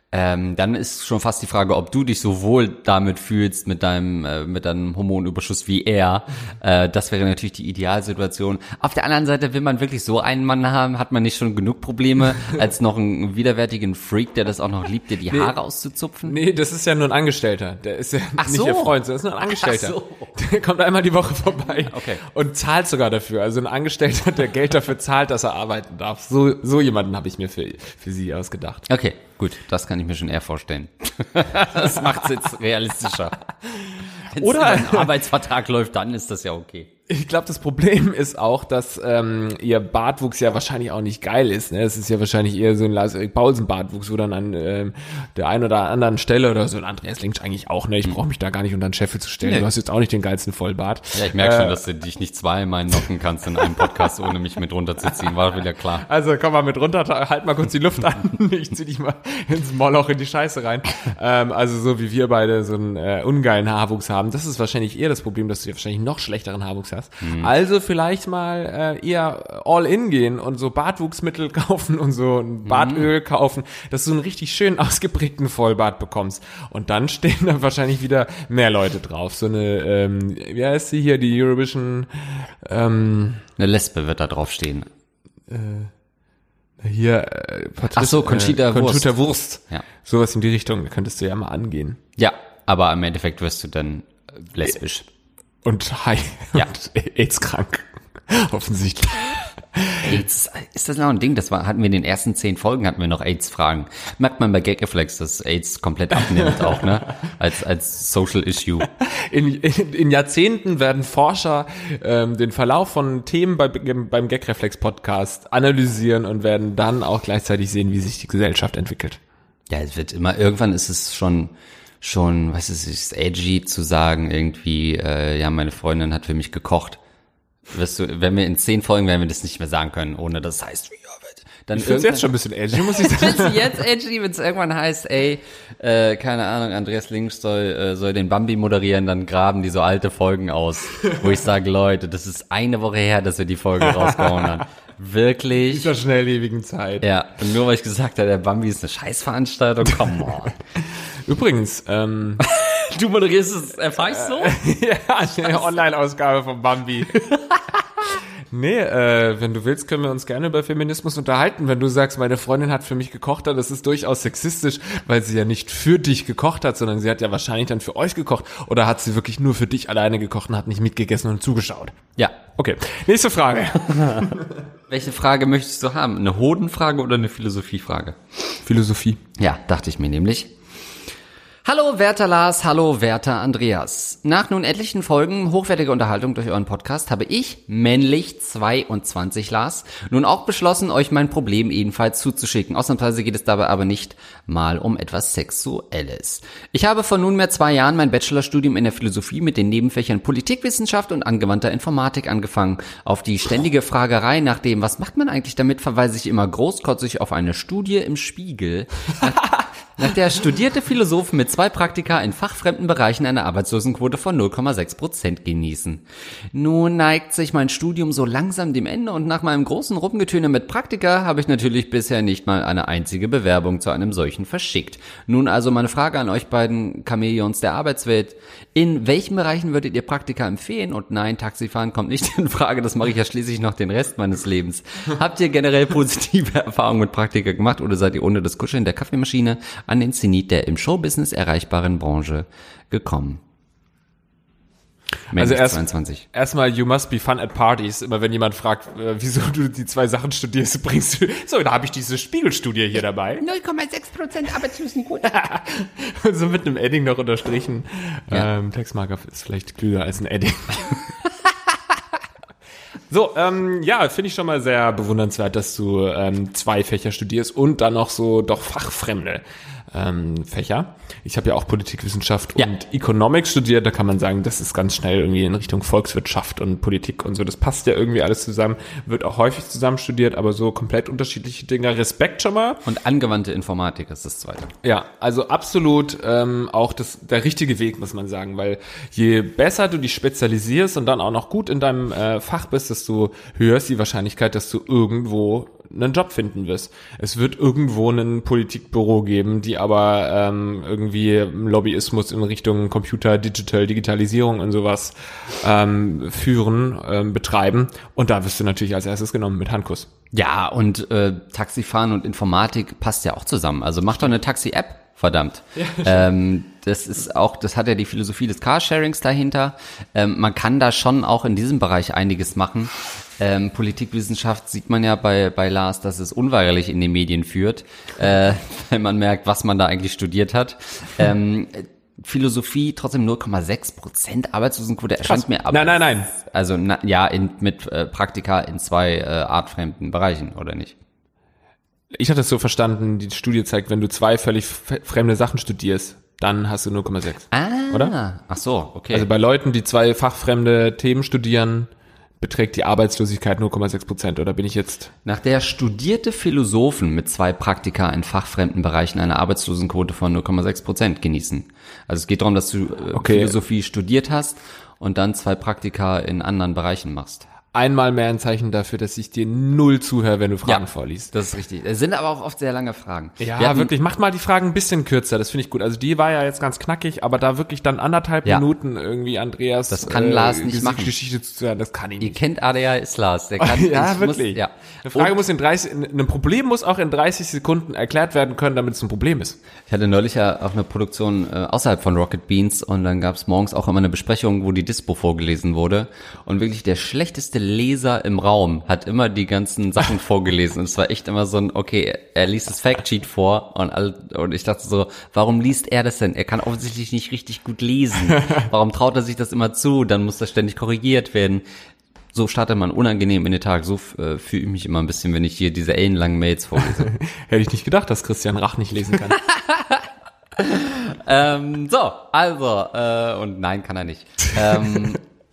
Ähm, dann ist schon fast die Frage, ob du dich so wohl damit fühlst mit deinem äh, mit deinem Hormonüberschuss wie er. Äh, das wäre natürlich die Idealsituation. Auf der anderen Seite, will man wirklich so einen Mann haben, hat man nicht schon genug Probleme, als noch einen widerwärtigen Freak, der das auch noch liebt, dir die Nee. Haare auszuzupfen? Nee, das ist ja nur ein Angestellter. Der ist ja Ach nicht so. ihr Freund, das ist nur ein Angestellter. Ach so. Der kommt einmal die Woche vorbei Okay. und zahlt sogar dafür. Also ein Angestellter, der Geld dafür zahlt, dass er arbeiten darf. So, so jemanden habe ich mir für, für sie ausgedacht. Okay, gut, das kann ich mir schon eher vorstellen. Das macht's jetzt realistischer. Wenn Oder- ein Arbeitsvertrag läuft, dann ist das ja okay. Ich glaube, das Problem ist auch, dass ähm, ihr Bartwuchs ja wahrscheinlich auch nicht geil ist. Ne? Es ist ja wahrscheinlich eher so ein Lars-Erik Paulsen-Bartwuchs, wo dann an ähm, der einen oder anderen Stelle oder so ein Andreas Links eigentlich auch, ne? Ich brauche mich da gar nicht unter den Scheffel zu stellen. Nee. Du hast jetzt auch nicht den geilsten Vollbart. Ja, ich merke Äh, schon, dass du dich nicht zweimal knocken kannst in einem Podcast, ohne mich mit runterzuziehen. War wieder klar. Also komm mal mit runter, halt mal kurz die Luft an. Ich zieh dich mal ins Moloch in die Scheiße rein. Ähm, also so wie wir beide so einen äh, ungeilen Haarwuchs haben, das ist wahrscheinlich eher das Problem, dass du ja wahrscheinlich noch schlechteren Haarwuchs hast. Also vielleicht mal äh, eher all in gehen und so Bartwuchsmittel kaufen und so ein Bartöl kaufen, dass du einen richtig schön ausgeprägten Vollbart bekommst. Und dann stehen da wahrscheinlich wieder mehr Leute drauf. So eine, ähm, wie heißt sie hier, die Eurovision, ähm, Eine Lesbe wird da drauf stehen. hier, äh, Patricia, Ach so, Conchita äh, Conchita Wurst. Wurst. Ja. Sowas in die Richtung, da könntest du ja mal angehen. Ja, aber im Endeffekt wirst du dann äh, lesbisch. Und hi, Ja. und AIDS-krank. Offensichtlich. AIDS, ist das noch ein Ding? Das war, hatten wir in den ersten zehn Folgen, hatten wir noch AIDS-Fragen. Merkt man bei Gagreflex, dass AIDS komplett abnimmt auch, ne? Als, als Social Issue. In, in, in Jahrzehnten werden Forscher ähm, den Verlauf von Themen bei, beim Gagreflex-Podcast analysieren und werden dann auch gleichzeitig sehen, wie sich die Gesellschaft entwickelt. Ja, es wird immer, irgendwann ist es schon, schon, was ist es, edgy zu sagen, irgendwie, äh, ja, meine Freundin hat für mich gekocht. Wirst du, wenn wir in zehn Folgen werden wir das nicht mehr sagen können, ohne das heißt, ja, dann Ich finde es jetzt schon ein bisschen edgy, muss ich sagen. Findest du jetzt edgy, wenn es irgendwann heißt, ey, äh, keine Ahnung, Andreas Links soll, äh, soll den Bambi moderieren, dann graben die so alte Folgen aus, wo ich sage, Leute, das ist eine Woche her, dass wir die Folge rausgehauen haben. Wirklich? Dieser schnelllebigen Zeit. Ja, und nur weil ich gesagt habe, der Bambi ist eine Scheißveranstaltung, come on. Übrigens, ähm, Du moderierst es, erfahr ich so? ja, eine Online-Ausgabe von Bambi. Nee, äh, wenn du willst, können wir uns gerne über Feminismus unterhalten. Wenn du sagst, meine Freundin hat für mich gekocht, dann ist es durchaus sexistisch, weil sie ja nicht für dich gekocht hat, sondern sie hat ja wahrscheinlich dann für euch gekocht. Oder hat sie wirklich nur für dich alleine gekocht und hat nicht mitgegessen und zugeschaut? Ja. Okay, nächste Frage. Welche Frage möchtest du haben? Eine Hodenfrage oder eine Philosophiefrage? Philosophie. Ja, dachte ich mir nämlich. Hallo werter Lars, hallo werter Andreas. Nach nun etlichen Folgen hochwertiger Unterhaltung durch euren Podcast habe ich, männlich zweiundzwanzig Lars, nun auch beschlossen, euch mein Problem ebenfalls zuzuschicken. Ausnahmsweise geht es dabei aber nicht mal um etwas Sexuelles. Ich habe vor nunmehr zwei Jahren mein Bachelorstudium in der Philosophie mit den Nebenfächern Politikwissenschaft und angewandter Informatik angefangen. Auf die ständige Fragerei nach dem, was macht man eigentlich damit, verweise ich immer großkotzig auf eine Studie im Spiegel. Nach der studierte Philosophen mit zwei Praktika in fachfremden Bereichen eine Arbeitslosenquote von null Komma sechs Prozent genießen. Nun neigt sich mein Studium so langsam dem Ende und nach meinem großen Rumgetöne mit Praktika habe ich natürlich bisher nicht mal eine einzige Bewerbung zu einem solchen verschickt. Nun also meine Frage an euch beiden Chamäleons der Arbeitswelt. In welchen Bereichen würdet ihr Praktika empfehlen? Und nein, Taxifahren kommt nicht in Frage, das mache ich ja schließlich noch den Rest meines Lebens. Habt ihr generell positive Erfahrungen mit Praktika gemacht oder seid ihr ohne das Kuscheln der Kaffeemaschine an den Zenit der im Showbusiness erreichbaren Branche gekommen? Also erst, zweiundzwanzig. erstmal, you must be fun at parties. Immer wenn jemand fragt, äh, wieso du die zwei Sachen studierst, bringst du, so, da habe ich diese Spiegelstudie hier dabei. null Komma sechs Prozent Arbeitslosenquote. Und so mit einem Edding noch unterstrichen. Ja. Ähm, Textmarker ist vielleicht klüger als ein Edding. So, ähm, ja, finde ich schon mal sehr bewundernswert, dass du ähm, zwei Fächer studierst und dann noch so doch fachfremde ähm, Fächer. Ich habe ja auch Politikwissenschaft Ja. und Economics studiert, da kann man sagen, das ist ganz schnell irgendwie in Richtung Volkswirtschaft und Politik und so. Das passt ja irgendwie alles zusammen, wird auch häufig zusammen studiert, aber so komplett unterschiedliche Dinge. Respekt schon mal. Und angewandte Informatik ist das zweite. Ja, also absolut ähm, auch das der richtige Weg, muss man sagen, weil je besser du dich spezialisierst und dann auch noch gut in deinem äh, Fach bist, desto desto höher ist die Wahrscheinlichkeit, dass du irgendwo einen Job finden wirst. Es wird irgendwo ein Politikbüro geben, die aber ähm, irgendwie Lobbyismus in Richtung Computer, Digital, Digitalisierung und sowas ähm, führen, ähm, betreiben. Und da wirst du natürlich als erstes genommen mit Handkuss. Ja, und äh, Taxifahren und Informatik passt ja auch zusammen. Also mach doch eine Taxi-App, verdammt. Ja, ähm, das ist auch, das hat ja die Philosophie des Carsharings dahinter. Ähm, man kann da schon auch in diesem Bereich einiges machen. Ähm, Politikwissenschaft sieht man ja bei bei Lars, dass es unweigerlich in den Medien führt, äh, wenn man merkt, was man da eigentlich studiert hat. Ähm, Philosophie trotzdem null Komma sechs Prozent Arbeitslosenquote erscheint mir aber. Nein, nein, nein. Also na, ja, in, mit äh, Praktika in zwei äh, artfremden Bereichen, oder nicht? Ich hatte es so verstanden, die Studie zeigt, wenn du zwei völlig f- fremde Sachen studierst, dann hast du null Komma sechs. Ah, oder? Ach so, okay. Also bei Leuten, die zwei fachfremde Themen studieren, beträgt die Arbeitslosigkeit null Komma sechs Prozent, oder bin ich jetzt? Nach der studierte Philosophen mit zwei Praktika in fachfremden Bereichen eine Arbeitslosenquote von null Komma sechs Prozent genießen. Also es geht darum, dass du äh, okay. Philosophie studiert hast und dann zwei Praktika in anderen Bereichen machst. Einmal mehr ein Zeichen dafür, dass ich dir null zuhöre, wenn du Fragen ja, vorliest. Das ist richtig. Es sind aber auch oft sehr lange Fragen. Ja, hatten, wirklich. Macht mal die Fragen ein bisschen kürzer. Das finde ich gut. Also die war ja jetzt ganz knackig, aber da wirklich dann anderthalb ja. Minuten irgendwie Andreas. Das kann äh, Lars nicht machen. Geschichte zu hören, das kann ich nicht. Ihr kennt A D H S Lars. Der kann, ja, wirklich. Muss, ja. Eine Frage Und, muss in dreißig, ein Problem muss auch in dreißig Sekunden erklärt werden können, damit es ein Problem ist. Ich hatte neulich ja auch eine Produktion äh, außerhalb von Rocket Beans und dann gab es morgens auch immer eine Besprechung, wo die Dispo vorgelesen wurde und wirklich der schlechteste Leser im Raum hat immer die ganzen Sachen vorgelesen und es war echt immer so ein, okay, er liest das Factsheet vor und, all, und ich dachte so, warum liest er das denn? Er kann offensichtlich nicht richtig gut lesen. Warum traut er sich das immer zu? Dann muss das ständig korrigiert werden. So startet man unangenehm in den Tag. So äh, fühle ich mich immer ein bisschen, wenn ich hier diese ellenlangen Mails vorlese. Hätte ich nicht gedacht, dass Christian Rach nicht lesen kann. ähm, so, also, äh, und nein, kann er nicht. Ähm,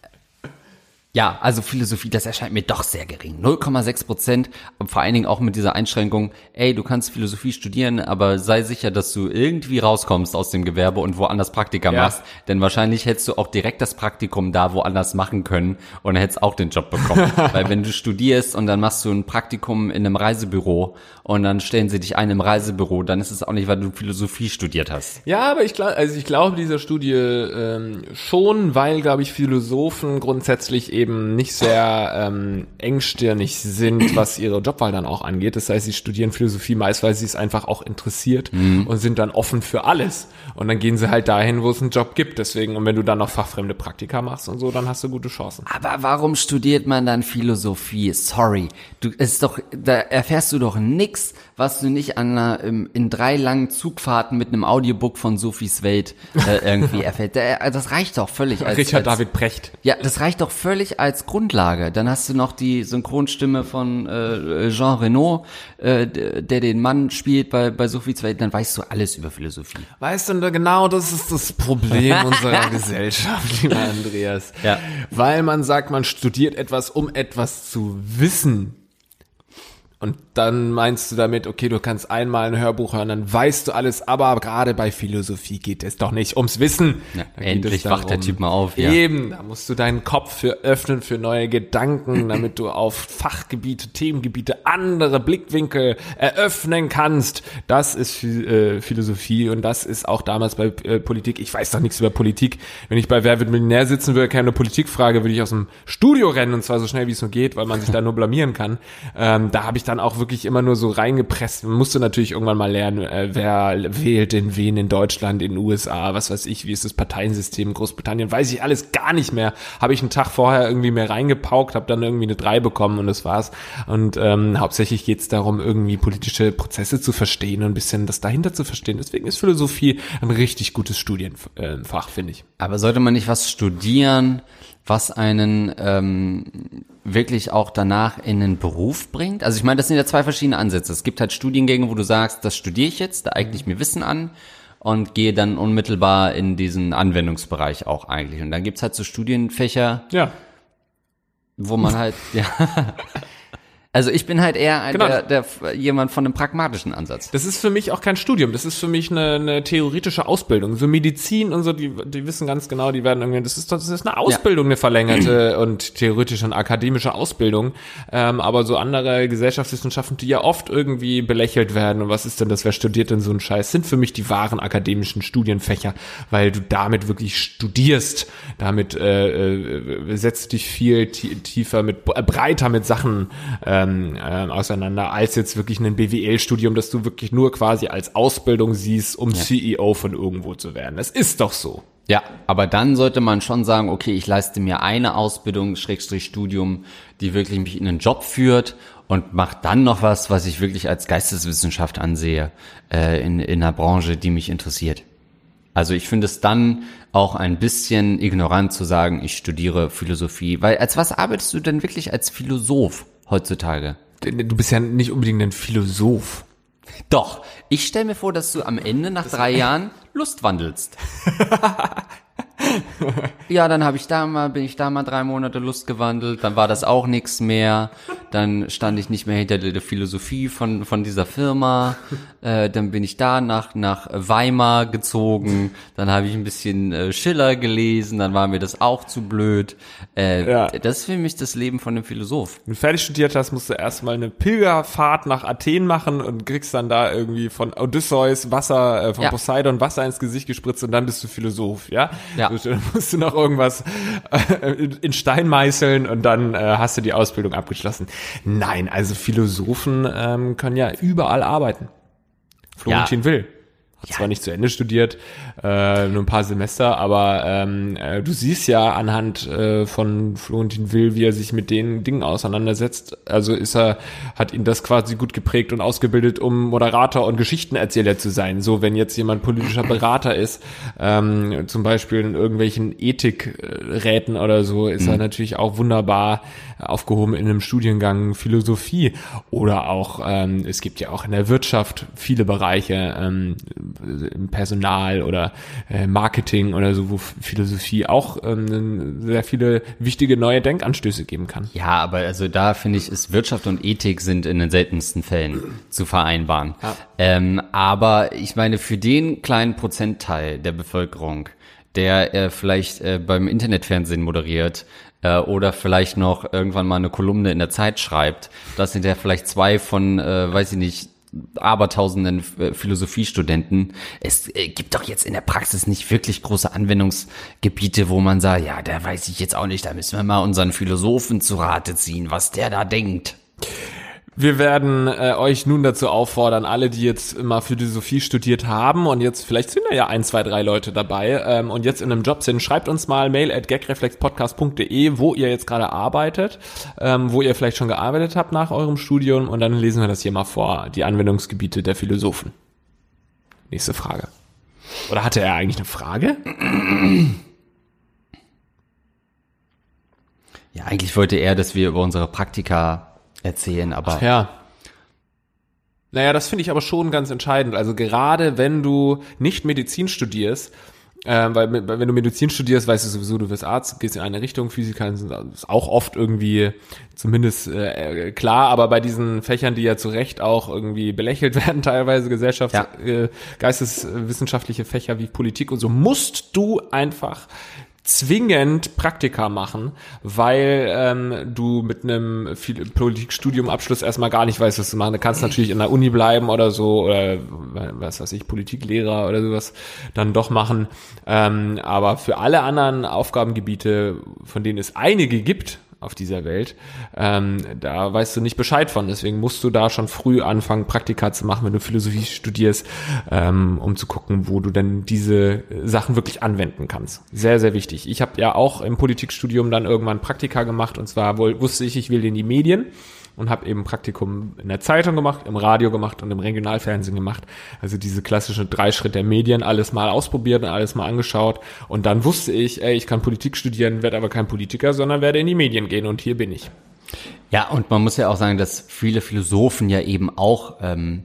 Ja, also Philosophie, das erscheint mir doch sehr gering. null Komma sechs Prozent, vor allen Dingen auch mit dieser Einschränkung, ey, du kannst Philosophie studieren, aber sei sicher, dass du irgendwie rauskommst aus dem Gewerbe und woanders Praktika ja. machst, denn wahrscheinlich hättest du auch direkt das Praktikum da woanders machen können und hättest auch den Job bekommen. Weil wenn du studierst und dann machst du ein Praktikum in einem Reisebüro und dann stellen sie dich ein im Reisebüro, dann ist es auch nicht, weil du Philosophie studiert hast. Ja, aber ich glaube, also ich glaube dieser Studie ähm, schon, weil, glaube ich, Philosophen grundsätzlich eben nicht sehr ähm, engstirnig sind, was ihre Jobwahl dann auch angeht. Das heißt, sie studieren Philosophie meist, weil sie es einfach auch interessiert mhm. und sind dann offen für alles. Und dann gehen sie halt dahin, wo es einen Job gibt. Deswegen, und wenn du dann noch fachfremde Praktika machst und so, dann hast du gute Chancen. Aber warum studiert man dann Philosophie? Sorry, du es ist doch, da erfährst du doch nix, was du nicht an einer, in drei langen Zugfahrten mit einem Audiobook von Sophies Welt äh, irgendwie erfährst. Das reicht doch völlig. Als, Richard als, David Precht. Ja, das reicht doch völlig als Grundlage. Dann hast du noch die Synchronstimme von äh, Jean Reno, äh, der den Mann spielt bei bei Sophies Welt. Dann weißt du alles über Philosophie. Weißt du, genau das ist das Problem unserer Gesellschaft, lieber Andreas. Ja. Weil man sagt, man studiert etwas, um etwas zu wissen. Und dann meinst du damit, okay, du kannst einmal ein Hörbuch hören, dann weißt du alles, aber gerade bei Philosophie geht es doch nicht ums Wissen. Ja, endlich wacht der Typ mal auf. Ja. Eben, da musst du deinen Kopf für öffnen für neue Gedanken, damit du auf Fachgebiete, Themengebiete, andere Blickwinkel eröffnen kannst. Das ist äh, Philosophie und das ist auch damals bei äh, Politik. Ich weiß doch nichts über Politik. Wenn ich bei Wer wird Millionär sitzen würde, keine Politikfrage, würde ich aus dem Studio rennen und zwar so schnell, wie es nur geht, weil man sich da nur blamieren kann. Ähm, da habe ich dann auch wirklich immer nur so reingepresst. Man musste natürlich irgendwann mal lernen, äh, wer wählt den wen in Deutschland, in den U S A, was weiß ich, wie ist das Parteiensystem in Großbritannien, weiß ich alles gar nicht mehr. Habe ich einen Tag vorher irgendwie mehr reingepaukt, habe dann irgendwie eine drei bekommen und das war's. Und ähm, hauptsächlich geht's darum, irgendwie politische Prozesse zu verstehen und ein bisschen das dahinter zu verstehen. Deswegen ist Philosophie ein richtig gutes Studienfach, finde ich. Aber sollte man nicht was studieren, was einen ähm, wirklich auch danach in einen Beruf bringt? Also ich meine, das sind ja zwei verschiedene Ansätze. Es gibt halt Studiengänge, wo du sagst, das studiere ich jetzt, da eigne ich mir Wissen an und gehe dann unmittelbar in diesen Anwendungsbereich auch eigentlich. Und dann gibt's halt so Studienfächer, ja, wo man halt, ja, Also ich bin halt eher ein, Genau. der, der, jemand von einem pragmatischen Ansatz. Das ist für mich auch kein Studium, das ist für mich eine, eine theoretische Ausbildung. So Medizin und so, die, die wissen ganz genau, die werden irgendwie, das ist, das ist eine Ausbildung, eine verlängerte und theoretische und akademische Ausbildung. Ähm, aber so andere Gesellschaftswissenschaften, die ja oft irgendwie belächelt werden, und was ist denn das, wer studiert denn so einen Scheiß, sind für mich die wahren akademischen Studienfächer, weil du damit wirklich studierst, damit äh, äh, setzt dich viel tiefer, mit breiter mit Sachen ähm, äh, auseinander, als jetzt wirklich ein B W L-Studium, das du wirklich nur quasi als Ausbildung siehst, um ja. C E O von irgendwo zu werden. Das ist doch so. Ja, aber dann sollte man schon sagen, okay, ich leiste mir eine Ausbildung, Schrägstrich Studium, die wirklich mich in einen Job führt und mache dann noch was, was ich wirklich als Geisteswissenschaft ansehe, äh, in, in einer Branche, die mich interessiert. Also ich finde es dann auch ein bisschen ignorant zu sagen, ich studiere Philosophie, weil als was arbeitest du denn wirklich als Philosoph heutzutage? Du bist ja nicht unbedingt ein Philosoph. Doch, ich stelle mir vor, dass du am Ende nach drei Jahren Lust wandelst. Ja, dann habe ich da mal, bin ich da mal drei Monate Lust gewandelt, dann war das auch nichts mehr, dann stand ich nicht mehr hinter der Philosophie von von dieser Firma, äh, dann bin ich da nach nach Weimar gezogen, dann habe ich ein bisschen äh, Schiller gelesen, dann war mir das auch zu blöd. Äh, ja. Das ist für mich das Leben von einem Philosoph. Wenn du fertig studiert hast, musst du erstmal eine Pilgerfahrt nach Athen machen und kriegst dann da irgendwie von Odysseus Wasser, äh, von ja. Poseidon Wasser ins Gesicht gespritzt und dann bist du Philosoph, ja? Ja. Dann musst du noch irgendwas äh, in Stein meißeln und dann äh, hast du die Ausbildung abgeschlossen. Nein, also Philosophen ähm, können ja überall arbeiten. Florentin ja. Will. Hat ja. zwar nicht zu Ende studiert, äh, nur ein paar Semester, aber ähm, äh, du siehst ja anhand äh, von Florentin Will, wie er sich mit den Dingen auseinandersetzt. Also ist er, hat ihn das quasi gut geprägt und ausgebildet, um Moderator und Geschichtenerzähler zu sein. So, wenn jetzt jemand politischer Berater ist, ähm, zum Beispiel in irgendwelchen Ethikräten oder so, ist mhm. er natürlich auch wunderbar aufgehoben in einem Studiengang Philosophie. Oder auch, ähm, es gibt ja auch in der Wirtschaft viele Bereiche, ähm, im Personal oder äh, Marketing oder so, wo Philosophie auch ähm, sehr viele wichtige neue Denkanstöße geben kann. Ja, aber also da finde ich, ist Wirtschaft und Ethik sind in den seltensten Fällen zu vereinbaren. Ja. Ähm, aber ich meine, für den kleinen Prozentteil der Bevölkerung, der äh, vielleicht äh, beim Internetfernsehen moderiert äh, oder vielleicht noch irgendwann mal eine Kolumne in der Zeit schreibt, das sind ja vielleicht zwei von, äh, weiß ich nicht, abertausenden Philosophiestudenten. Es äh, gibt doch jetzt in der Praxis nicht wirklich große Anwendungsgebiete, wo man sagt, ja, da weiß ich jetzt auch nicht, da müssen wir mal unseren Philosophen zu Rate ziehen, was der da denkt. Wir werden äh, euch nun dazu auffordern, alle, die jetzt immer Philosophie studiert haben und jetzt, vielleicht sind da ja ein, zwei, drei Leute dabei ähm, und jetzt in einem Job sind, schreibt uns mal mail at gagreflexpodcast punkt de, wo ihr jetzt gerade arbeitet, ähm, wo ihr vielleicht schon gearbeitet habt nach eurem Studium und dann lesen wir das hier mal vor, die Anwendungsgebiete der Philosophen. Nächste Frage. Oder hatte er eigentlich eine Frage? Ja, eigentlich wollte er, dass wir über unsere Praktika erzählen, aber... Ach ja. Naja, das finde ich aber schon ganz entscheidend. Also gerade wenn du nicht Medizin studierst, äh, weil wenn du Medizin studierst, weißt du sowieso, du wirst Arzt, gehst in eine Richtung, Physiker ist auch oft irgendwie zumindest äh, klar, aber bei diesen Fächern, die ja zu Recht auch irgendwie belächelt werden, teilweise Gesellschafts-, ja. äh, geisteswissenschaftliche Fächer wie Politik und so, musst du einfach zwingend Praktika machen, weil ähm, du mit einem Politikstudiumabschluss erstmal gar nicht weißt, was du machen. Du kannst natürlich in der Uni bleiben oder so oder was weiß ich, Politiklehrer oder sowas dann doch machen. Ähm, aber für alle anderen Aufgabengebiete, von denen es einige gibt auf dieser Welt, ähm, da weißt du nicht Bescheid von. Deswegen musst du da schon früh anfangen, Praktika zu machen, wenn du Philosophie studierst, ähm, um zu gucken, wo du denn diese Sachen wirklich anwenden kannst. Sehr, sehr wichtig. Ich habe ja auch im Politikstudium dann irgendwann Praktika gemacht und zwar wohl, wusste ich, ich will in die Medien und habe eben Praktikum in der Zeitung gemacht, im Radio gemacht und im Regionalfernsehen gemacht. Also diese klassische Dreischritt der Medien, alles mal ausprobiert und alles mal angeschaut. Und dann wusste ich, ey, ich kann Politik studieren, werde aber kein Politiker, sondern werde in die Medien gehen und hier bin ich. Ja, und man muss ja auch sagen, dass viele Philosophen ja eben auch ähm,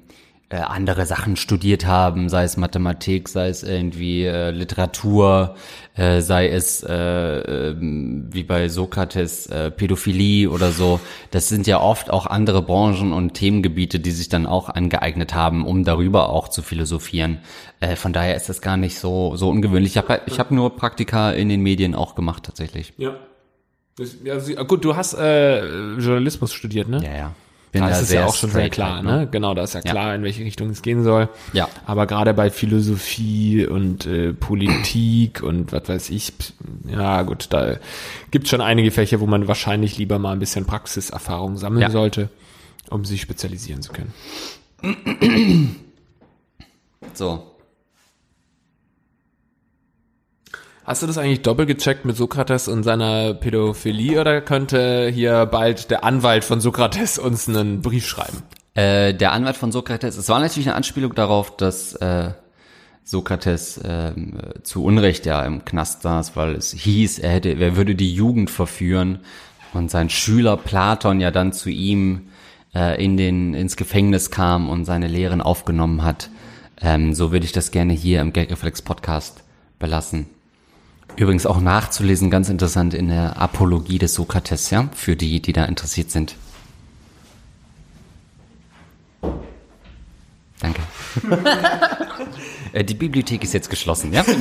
äh, andere Sachen studiert haben, sei es Mathematik, sei es irgendwie äh, Literatur, äh, sei es äh, äh, wie bei Sokrates äh, Pädophilie oder so. Das sind ja oft auch andere Branchen und Themengebiete, die sich dann auch angeeignet haben, um darüber auch zu philosophieren. Äh, von daher ist das gar nicht so so ungewöhnlich. Ich habe ich hab nur Praktika in den Medien auch gemacht tatsächlich. Ja. Das, ja gut, du hast äh, Journalismus studiert, ne? Ja, ja. Bin da da ist es sehr ja auch schon sehr straight klar, halt, ne? Genau, da ist ja klar, Ja. in welche Richtung es gehen soll. Ja. Aber gerade bei Philosophie und äh, Politik und was weiß ich, ja gut, da gibt's schon einige Fächer, wo man wahrscheinlich lieber mal ein bisschen Praxiserfahrung sammeln Ja. sollte, um sich spezialisieren zu können. So. Hast du das eigentlich doppelt gecheckt mit Sokrates und seiner Pädophilie oder könnte hier bald der Anwalt von Sokrates uns einen Brief schreiben? Äh, der Anwalt von Sokrates, es war natürlich eine Anspielung darauf, dass äh, Sokrates äh, zu Unrecht ja im Knast saß, weil es hieß, er hätte, er würde die Jugend verführen und sein Schüler Platon ja dann zu ihm äh, in den ins Gefängnis kam und seine Lehren aufgenommen hat. Ähm, so würde ich das gerne hier im Gagreflex Podcast belassen. Übrigens auch nachzulesen, ganz interessant in der Apologie des Sokrates, ja, für die, die da interessiert sind. Danke. Die Bibliothek ist jetzt geschlossen, ja?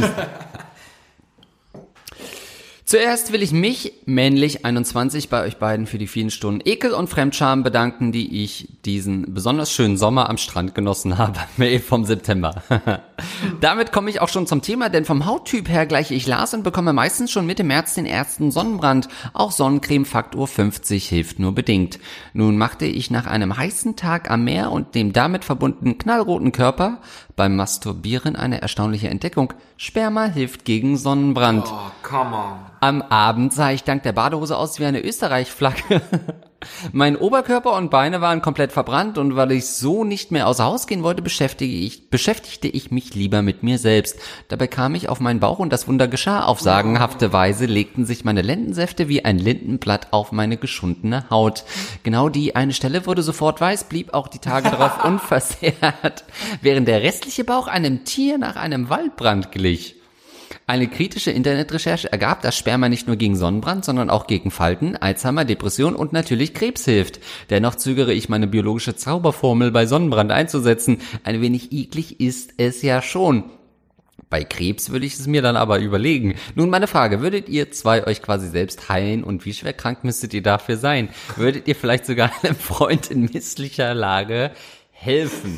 Zuerst will ich mich, männlich einundzwanzig, bei euch beiden für die vielen Stunden Ekel und Fremdscham bedanken, die ich diesen besonders schönen Sommer am Strand genossen habe. Mail vom September. Damit komme ich auch schon zum Thema, denn vom Hauttyp her gleiche ich Lars und bekomme meistens schon Mitte März den ersten Sonnenbrand. Auch Sonnencreme Faktor fünfzig hilft nur bedingt. Nun machte ich nach einem heißen Tag am Meer und dem damit verbundenen knallroten Körper beim Masturbieren eine erstaunliche Entdeckung. Sperma hilft gegen Sonnenbrand. Oh, come on. Am Abend sah ich dank der Badehose aus wie eine Österreich-Flagge. Mein Oberkörper und Beine waren komplett verbrannt und weil ich so nicht mehr außer Haus gehen wollte, beschäftigte ich, beschäftigte ich mich lieber mit mir selbst. Dabei kam ich auf meinen Bauch und das Wunder geschah. Auf sagenhafte Weise legten sich meine Lendensäfte wie ein Lindenblatt auf meine geschundene Haut. Genau die eine Stelle wurde sofort weiß, blieb auch die Tage darauf unversehrt, während der restliche Bauch einem Tier nach einem Waldbrand glich. Eine kritische Internetrecherche ergab, dass Sperma nicht nur gegen Sonnenbrand, sondern auch gegen Falten, Alzheimer, Depression und natürlich Krebs hilft. Dennoch zögere ich, meine biologische Zauberformel bei Sonnenbrand einzusetzen. Ein wenig eklig ist es ja schon. Bei Krebs würde ich es mir dann aber überlegen. Nun meine Frage, würdet ihr zwei euch quasi selbst heilen und wie schwer krank müsstet ihr dafür sein? Würdet ihr vielleicht sogar einem Freund in misslicher Lage helfen?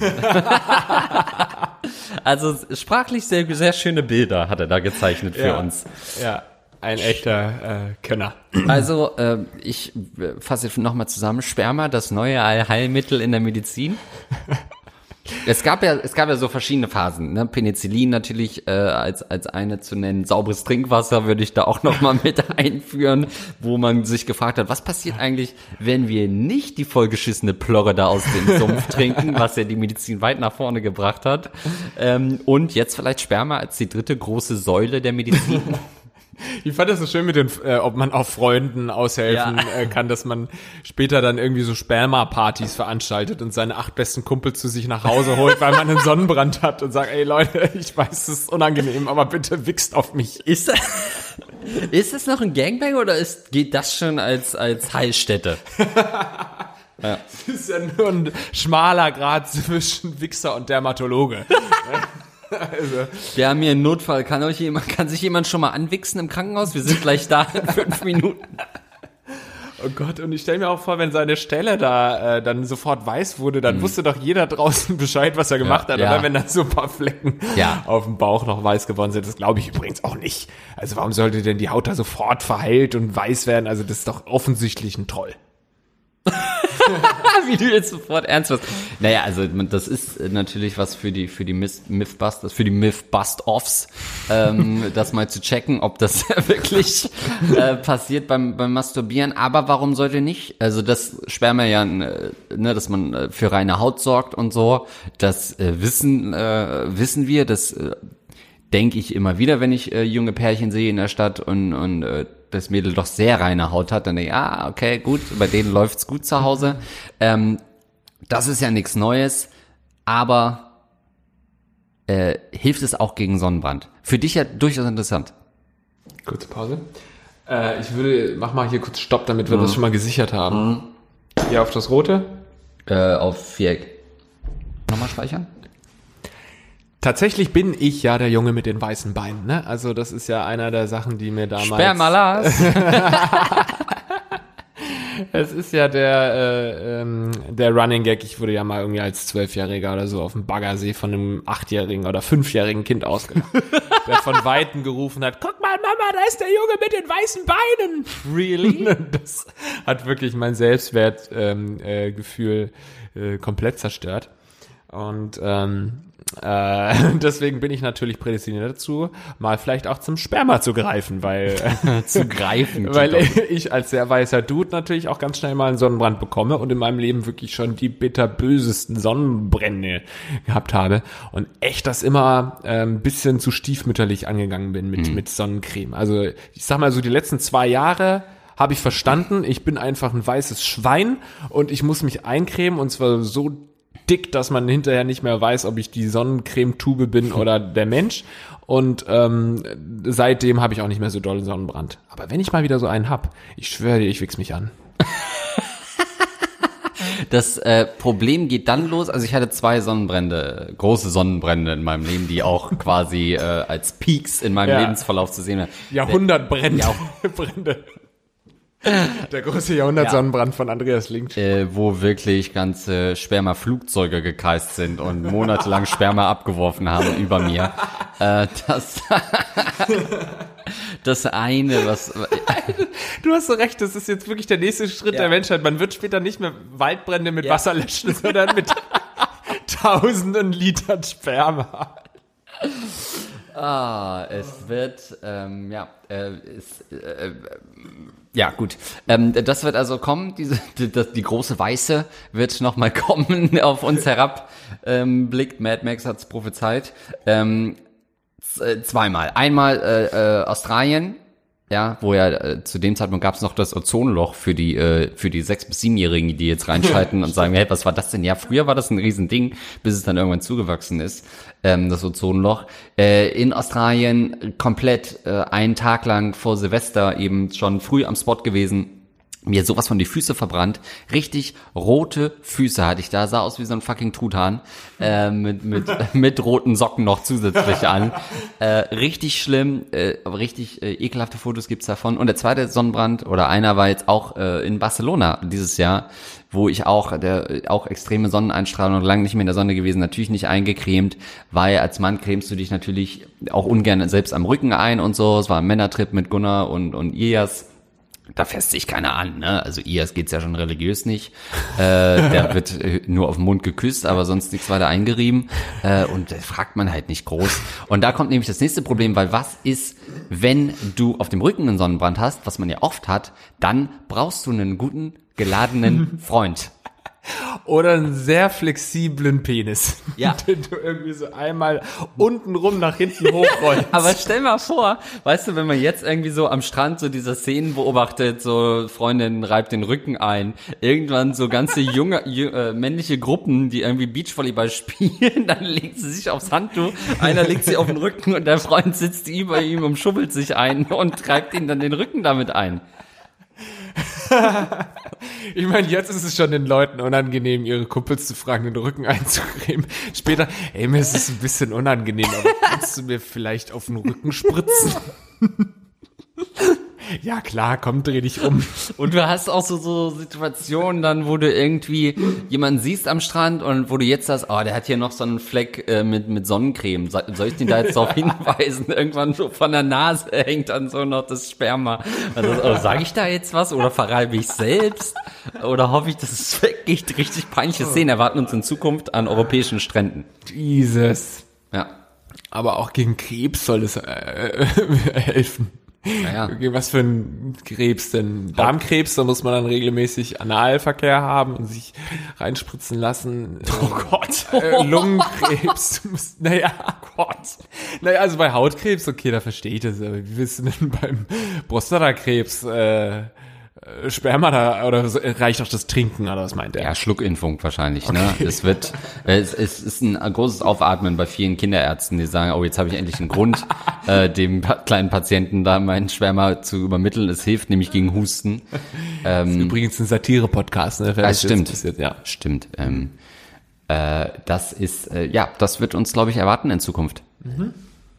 Also sprachlich sehr, sehr schöne Bilder hat er da gezeichnet für ja, uns. Ja, ein echter äh, Könner. Also äh, ich fasse nochmal zusammen. Sperma, das neue Allheilmittel in der Medizin. Es gab ja, es gab ja so verschiedene Phasen, ne? Penicillin natürlich äh, als als eine zu nennen. Sauberes Trinkwasser würde ich da auch noch mal mit einführen, wo man sich gefragt hat, was passiert eigentlich, wenn wir nicht die vollgeschissene Plörre da aus dem Sumpf trinken, was ja die Medizin weit nach vorne gebracht hat. Ähm, und jetzt vielleicht Sperma als die dritte große Säule der Medizin. Ich fand das so schön mit den, äh, ob man auch Freunden aushelfen Ja. äh, kann, dass man später dann irgendwie so Sperma-Partys veranstaltet und seine acht besten Kumpel zu sich nach Hause holt, weil man einen Sonnenbrand hat und sagt, ey Leute, ich weiß, es ist unangenehm, aber bitte wichst auf mich. Ist das, ist das noch ein Gangbang oder ist, geht das schon als, als Heilstätte? Ja. Das ist ja nur ein schmaler Grad zwischen Wichser und Dermatologe. Also. Wir haben hier einen Notfall. Kann euch jemand, kann sich jemand schon mal anwichsen im Krankenhaus? Wir sind gleich da in fünf Minuten. Oh Gott, und ich stelle mir auch vor, wenn seine Stelle da äh, dann sofort weiß wurde, dann mhm. wusste doch jeder draußen Bescheid, was er gemacht ja, hat, ja. oder wenn da so ein paar Flecken ja. auf dem Bauch noch weiß geworden sind. Das glaube ich übrigens auch nicht. Also warum sollte denn die Haut da sofort verheilt und weiß werden? Also das ist doch offensichtlich ein Troll. Wie du jetzt sofort ernst wirst. Naja, also das ist natürlich was für die für die Mythbusters, für die Mythbust-Offs, ähm, das mal zu checken, ob das wirklich äh, passiert beim beim Masturbieren. Aber warum sollte nicht? Also das Sperma ja, ne, dass man für reine Haut sorgt und so, das äh, wissen äh, wissen wir, das äh, denke ich immer wieder, wenn ich äh, junge Pärchen sehe in der Stadt und und äh, das Mädel doch sehr reine Haut hat, dann denke ich, ah, okay, gut, bei denen läuft's gut zu Hause. Ähm, das ist ja nichts Neues, aber äh, hilft es auch gegen Sonnenbrand? Für dich ja durchaus interessant. Kurze Pause. Äh, ich würde, mach mal hier kurz Stopp, damit wir mhm. das schon mal gesichert haben. Mhm. Hier auf das Rote. Äh, auf Viereck. Nochmal speichern? Tatsächlich bin ich ja der Junge mit den weißen Beinen, ne? Also das ist ja einer der Sachen, die mir damals... Spermalas! Es ist ja der äh, ähm, der Running Gag. Ich wurde ja mal irgendwie als Zwölfjähriger oder so auf dem Baggersee von einem achtjährigen oder fünfjährigen Kind ausgelacht, der von Weitem gerufen hat, guck mal, Mama, da ist der Junge mit den weißen Beinen. Really? Das hat wirklich mein Selbstwertgefühl ähm, äh, Gefühl, äh, komplett zerstört. Und ähm, äh, deswegen bin ich natürlich prädestiniert dazu, mal vielleicht auch zum Sperma zu greifen, weil zu greifen, weil ich als sehr weißer Dude natürlich auch ganz schnell mal einen Sonnenbrand bekomme und in meinem Leben wirklich schon die bitterbösesten Sonnenbrände gehabt habe und echt das immer ein ähm, bisschen zu stiefmütterlich angegangen bin mit mhm. mit Sonnencreme. Also ich sag mal so, die letzten zwei Jahre habe ich verstanden, ich bin einfach ein weißes Schwein und ich muss mich eincremen und zwar so dick, dass man hinterher nicht mehr weiß, ob ich die Sonnencremetube bin oder der Mensch. Und ähm, seitdem habe ich auch nicht mehr so doll Sonnenbrand. Aber wenn ich mal wieder so einen hab, ich schwöre dir, ich wichs mich an. Das äh, Problem geht dann los, also ich hatte zwei Sonnenbrände, große Sonnenbrände in meinem Leben, die auch quasi äh, als Peaks in meinem ja. Lebensverlauf zu sehen waren. Jahrhundertbrände. Ja. Brände. Der große Jahrhundertsonnenbrand ja. von Andreas Link. Äh, wo wirklich ganze Sperma-Flugzeuge gekreist sind und monatelang Sperma abgeworfen haben über mir. Äh, das, das eine, was... Du hast so recht, das ist jetzt wirklich der nächste Schritt ja. der Menschheit. Man wird später nicht mehr Waldbrände mit ja. Wasser löschen, sondern mit tausenden Litern Sperma. Ah, es wird, ähm, ja, äh, es, äh, ja, gut. Ähm, das wird also kommen, diese, die, die große Weiße wird nochmal kommen, auf uns herab, ähm, blickt, Mad Max hat's prophezeit, ähm, z- zweimal. Einmal, äh, äh, Australien, ja, wo ja, äh, zu dem Zeitpunkt gab's noch das Ozonloch für die, äh, für die sechs- bis siebenjährigen, die jetzt reinschalten und sagen, hey, was war das denn? Ja, früher war das ein Riesending, bis es dann irgendwann zugewachsen ist. Ähm, das Ozonloch, äh, in Australien komplett äh, einen Tag lang vor Silvester eben schon früh am Spot gewesen, mir sowas von die Füße verbrannt, richtig rote Füße hatte ich da, sah aus wie so ein fucking Truthahn, äh, mit mit mit roten Socken noch zusätzlich an, äh, richtig schlimm, äh, richtig äh, ekelhafte Fotos gibt's davon. Und der zweite Sonnenbrand oder einer war jetzt auch äh, in Barcelona dieses Jahr, wo ich auch, der auch extreme Sonneneinstrahlung und lange nicht mehr in der Sonne gewesen, natürlich nicht eingecremt, weil als Mann cremst du dich natürlich auch ungern selbst am Rücken ein und so. Es war ein Männertrip mit Gunnar und und Ias. Da fässt sich keiner an, ne? Also Ias geht's ja schon religiös nicht. Äh, der wird äh, nur auf den Mund geküsst, aber sonst nichts weiter eingerieben. Äh, und da fragt man halt nicht groß. Und da kommt nämlich das nächste Problem, weil was ist, wenn du auf dem Rücken einen Sonnenbrand hast, was man ja oft hat, dann brauchst du einen guten, geladenen Freund. Oder einen sehr flexiblen Penis, ja. den du irgendwie so einmal unten rum nach hinten hochrollst. Aber stell mal vor, weißt du, wenn man jetzt irgendwie so am Strand so diese Szenen beobachtet, so Freundin reibt den Rücken ein, irgendwann so ganze junge jü- äh, männliche Gruppen, die irgendwie Beachvolleyball spielen, dann legt sie sich aufs Handtuch, einer legt sie auf den Rücken und der Freund sitzt über ihm und schubbelt sich ein und reibt ihn dann den Rücken damit ein. Ich meine, jetzt ist es schon den Leuten unangenehm, ihre Kumpels zu fragen, den Rücken einzucremen. Später, ey, mir ist es ein bisschen unangenehm, aber kannst du mir vielleicht auf den Rücken spritzen? Ja klar, komm, dreh dich um. Und du hast auch so, so Situationen dann, wo du irgendwie jemanden siehst am Strand und wo du jetzt sagst, oh, der hat hier noch so einen Fleck äh, mit mit Sonnencreme. Soll ich den da jetzt darauf hinweisen? Irgendwann so von der Nase hängt dann so noch das Sperma. Also, oh, sage ich da jetzt was oder verreibe ich selbst? Oder hoffe ich, dass es wirklich richtig peinliche Szenen erwarten uns in Zukunft an europäischen Stränden? Jesus. Ja. Aber auch gegen Krebs soll es äh, helfen. Naja. Was für ein Krebs denn? Darmkrebs, da muss man dann regelmäßig Analverkehr haben und sich reinspritzen lassen. Oh Gott. Äh, Lungenkrebs. Du musst, naja, Gott. Naja, also bei Hautkrebs, okay, da verstehe ich das. Aber wie willst du denn beim Prostatakrebs äh, äh, Sperma da, oder so, reicht doch das Trinken, oder was meint er? Ja, Schluckimpfung wahrscheinlich, okay. Ne? Es wird, es, es ist ein großes Aufatmen bei vielen Kinderärzten, die sagen, oh, jetzt habe ich endlich einen Grund, äh, dem pa- kleinen Patienten da meinen Sperma zu übermitteln. Es hilft nämlich gegen Husten. Ähm, das ist übrigens ein Satire-Podcast, ne? Das stimmt, passiert, ja. Stimmt. Ähm, äh, das ist, äh, ja, das wird uns, glaube ich, erwarten in Zukunft. Mhm.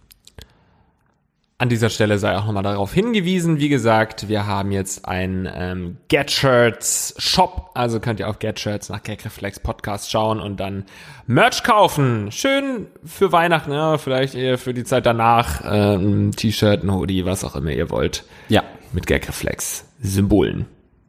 An dieser Stelle sei auch nochmal darauf hingewiesen, wie gesagt, wir haben jetzt einen ähm, Get-Shirts-Shop, also könnt ihr auf Get-Shirts nach Gagreflex Podcast schauen und dann Merch kaufen. Schön für Weihnachten, ja, vielleicht eher für die Zeit danach, äh, ein T-Shirt, ein Hoodie, was auch immer ihr wollt. Ja. Mit Gagreflex-Symbolen.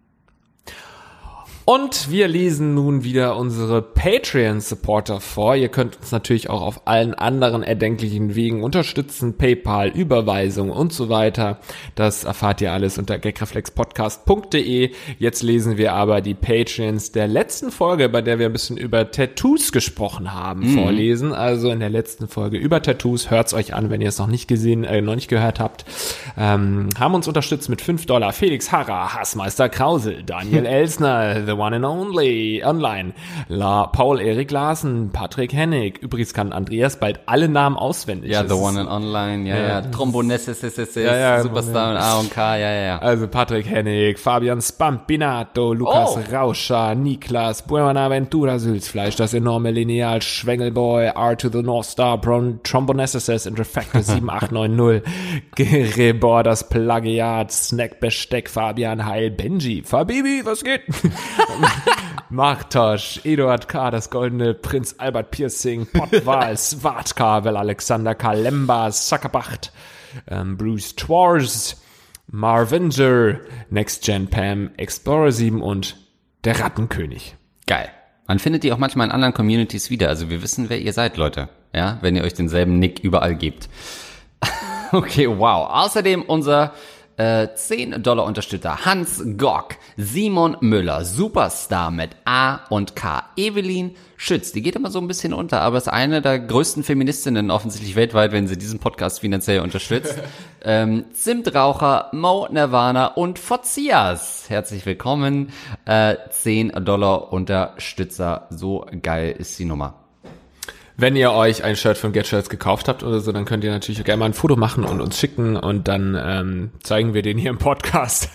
Und wir lesen nun wieder unsere Patreon-Supporter vor. Ihr könnt uns natürlich auch auf allen anderen erdenklichen Wegen unterstützen. PayPal, Überweisung und so weiter. Das erfahrt ihr alles unter gagreflexpodcast punkt de. Jetzt lesen wir aber die Patreons der letzten Folge, bei der wir ein bisschen über Tattoos gesprochen haben, mhm. vorlesen. Also in der letzten Folge über Tattoos. Hört's euch an, wenn ihr es noch nicht gesehen, äh, noch nicht gehört habt. Ähm, haben uns unterstützt mit fünf Dollar Felix Harrer, Hassmeister Krause, Daniel Elsner, The One and Only, Online, La, Paul-Erik Larsen, Patrick Hennig. Übrigens kann Andreas bald alle Namen auswendig. Ja, The One and Online, ja, ja. ja. Trombonesses, ja, ja, Superstar und A und K, ja, ja, ja. Also Patrick Hennig, Fabian Spampinato, Lukas oh. Rauscher, Niklas, Buenaventura Sülzfleisch, das enorme Lineal, Schwengelboy, R to the North Star, Trombonesses and Refactor sieben acht neun null, Gerebor, das Plagiat, Snack Besteck, Fabian Heil, Benji, Fabibi, was geht? Marktosch, Eduard K., das goldene Prinz Albert Piercing, Pottwal, Swartkavel, Alexander Kalemba, Zuckerbacht, ähm, Bruce Twars, Marvinger, Next Gen Pam, Explorer sieben und der Rattenkönig. Geil. Man findet die auch manchmal in anderen Communities wieder. Also wir wissen, wer ihr seid, Leute. Ja, wenn ihr euch denselben Nick überall gebt. Okay, wow. Außerdem unser Äh, zehn Dollar Unterstützer Hans Gock, Simon Müller, Superstar mit A und K, Evelyn Schütz, die geht immer so ein bisschen unter, aber ist eine der größten Feministinnen offensichtlich weltweit, wenn sie diesen Podcast finanziell unterstützt. ähm, Zimtraucher, Mo Nirvana und Forzias. Herzlich willkommen. Äh, zehn Dollar Unterstützer, so geil ist die Nummer. Wenn ihr euch ein Shirt von GetShirts gekauft habt oder so, dann könnt ihr natürlich gerne mal ein Foto machen und uns schicken und dann ähm, zeigen wir den hier im Podcast.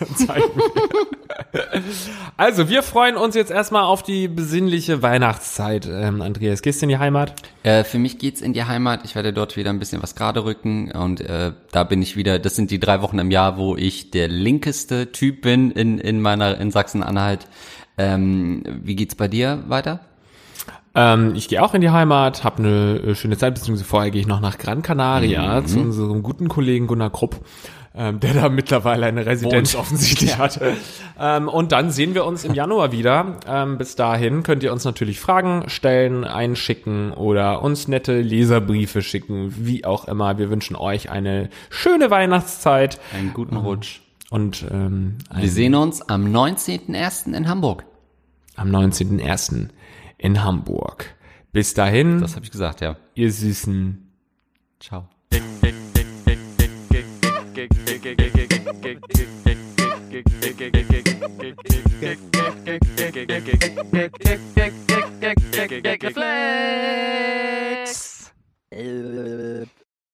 Also, wir freuen uns jetzt erstmal auf die besinnliche Weihnachtszeit. Ähm, Andreas, gehst du in die Heimat? Äh, für mich geht's in die Heimat. Ich werde dort wieder ein bisschen was gerade rücken und äh, da bin ich wieder, das sind die drei Wochen im Jahr, wo ich der linkeste Typ bin in, in meiner, in Sachsen-Anhalt. Ähm, wie geht's bei dir weiter? Ähm, ich gehe auch in die Heimat, habe eine schöne Zeit, beziehungsweise vorher gehe ich noch nach Gran Canaria mhm. zu unserem guten Kollegen Gunnar Krupp, ähm, der da mittlerweile eine Residenz Wohnt. offensichtlich hat. ähm, und dann sehen wir uns im Januar wieder. Ähm, bis dahin könnt ihr uns natürlich Fragen stellen, einschicken oder uns nette Leserbriefe schicken, wie auch immer. Wir wünschen euch eine schöne Weihnachtszeit. Einen guten Rutsch. Und ähm, wir sehen uns am neunzehnten ersten in Hamburg. Am neunzehnten ersten in Hamburg. Bis dahin. Das habe ich gesagt, ja. Ihr Süßen. Ciao. Reflex.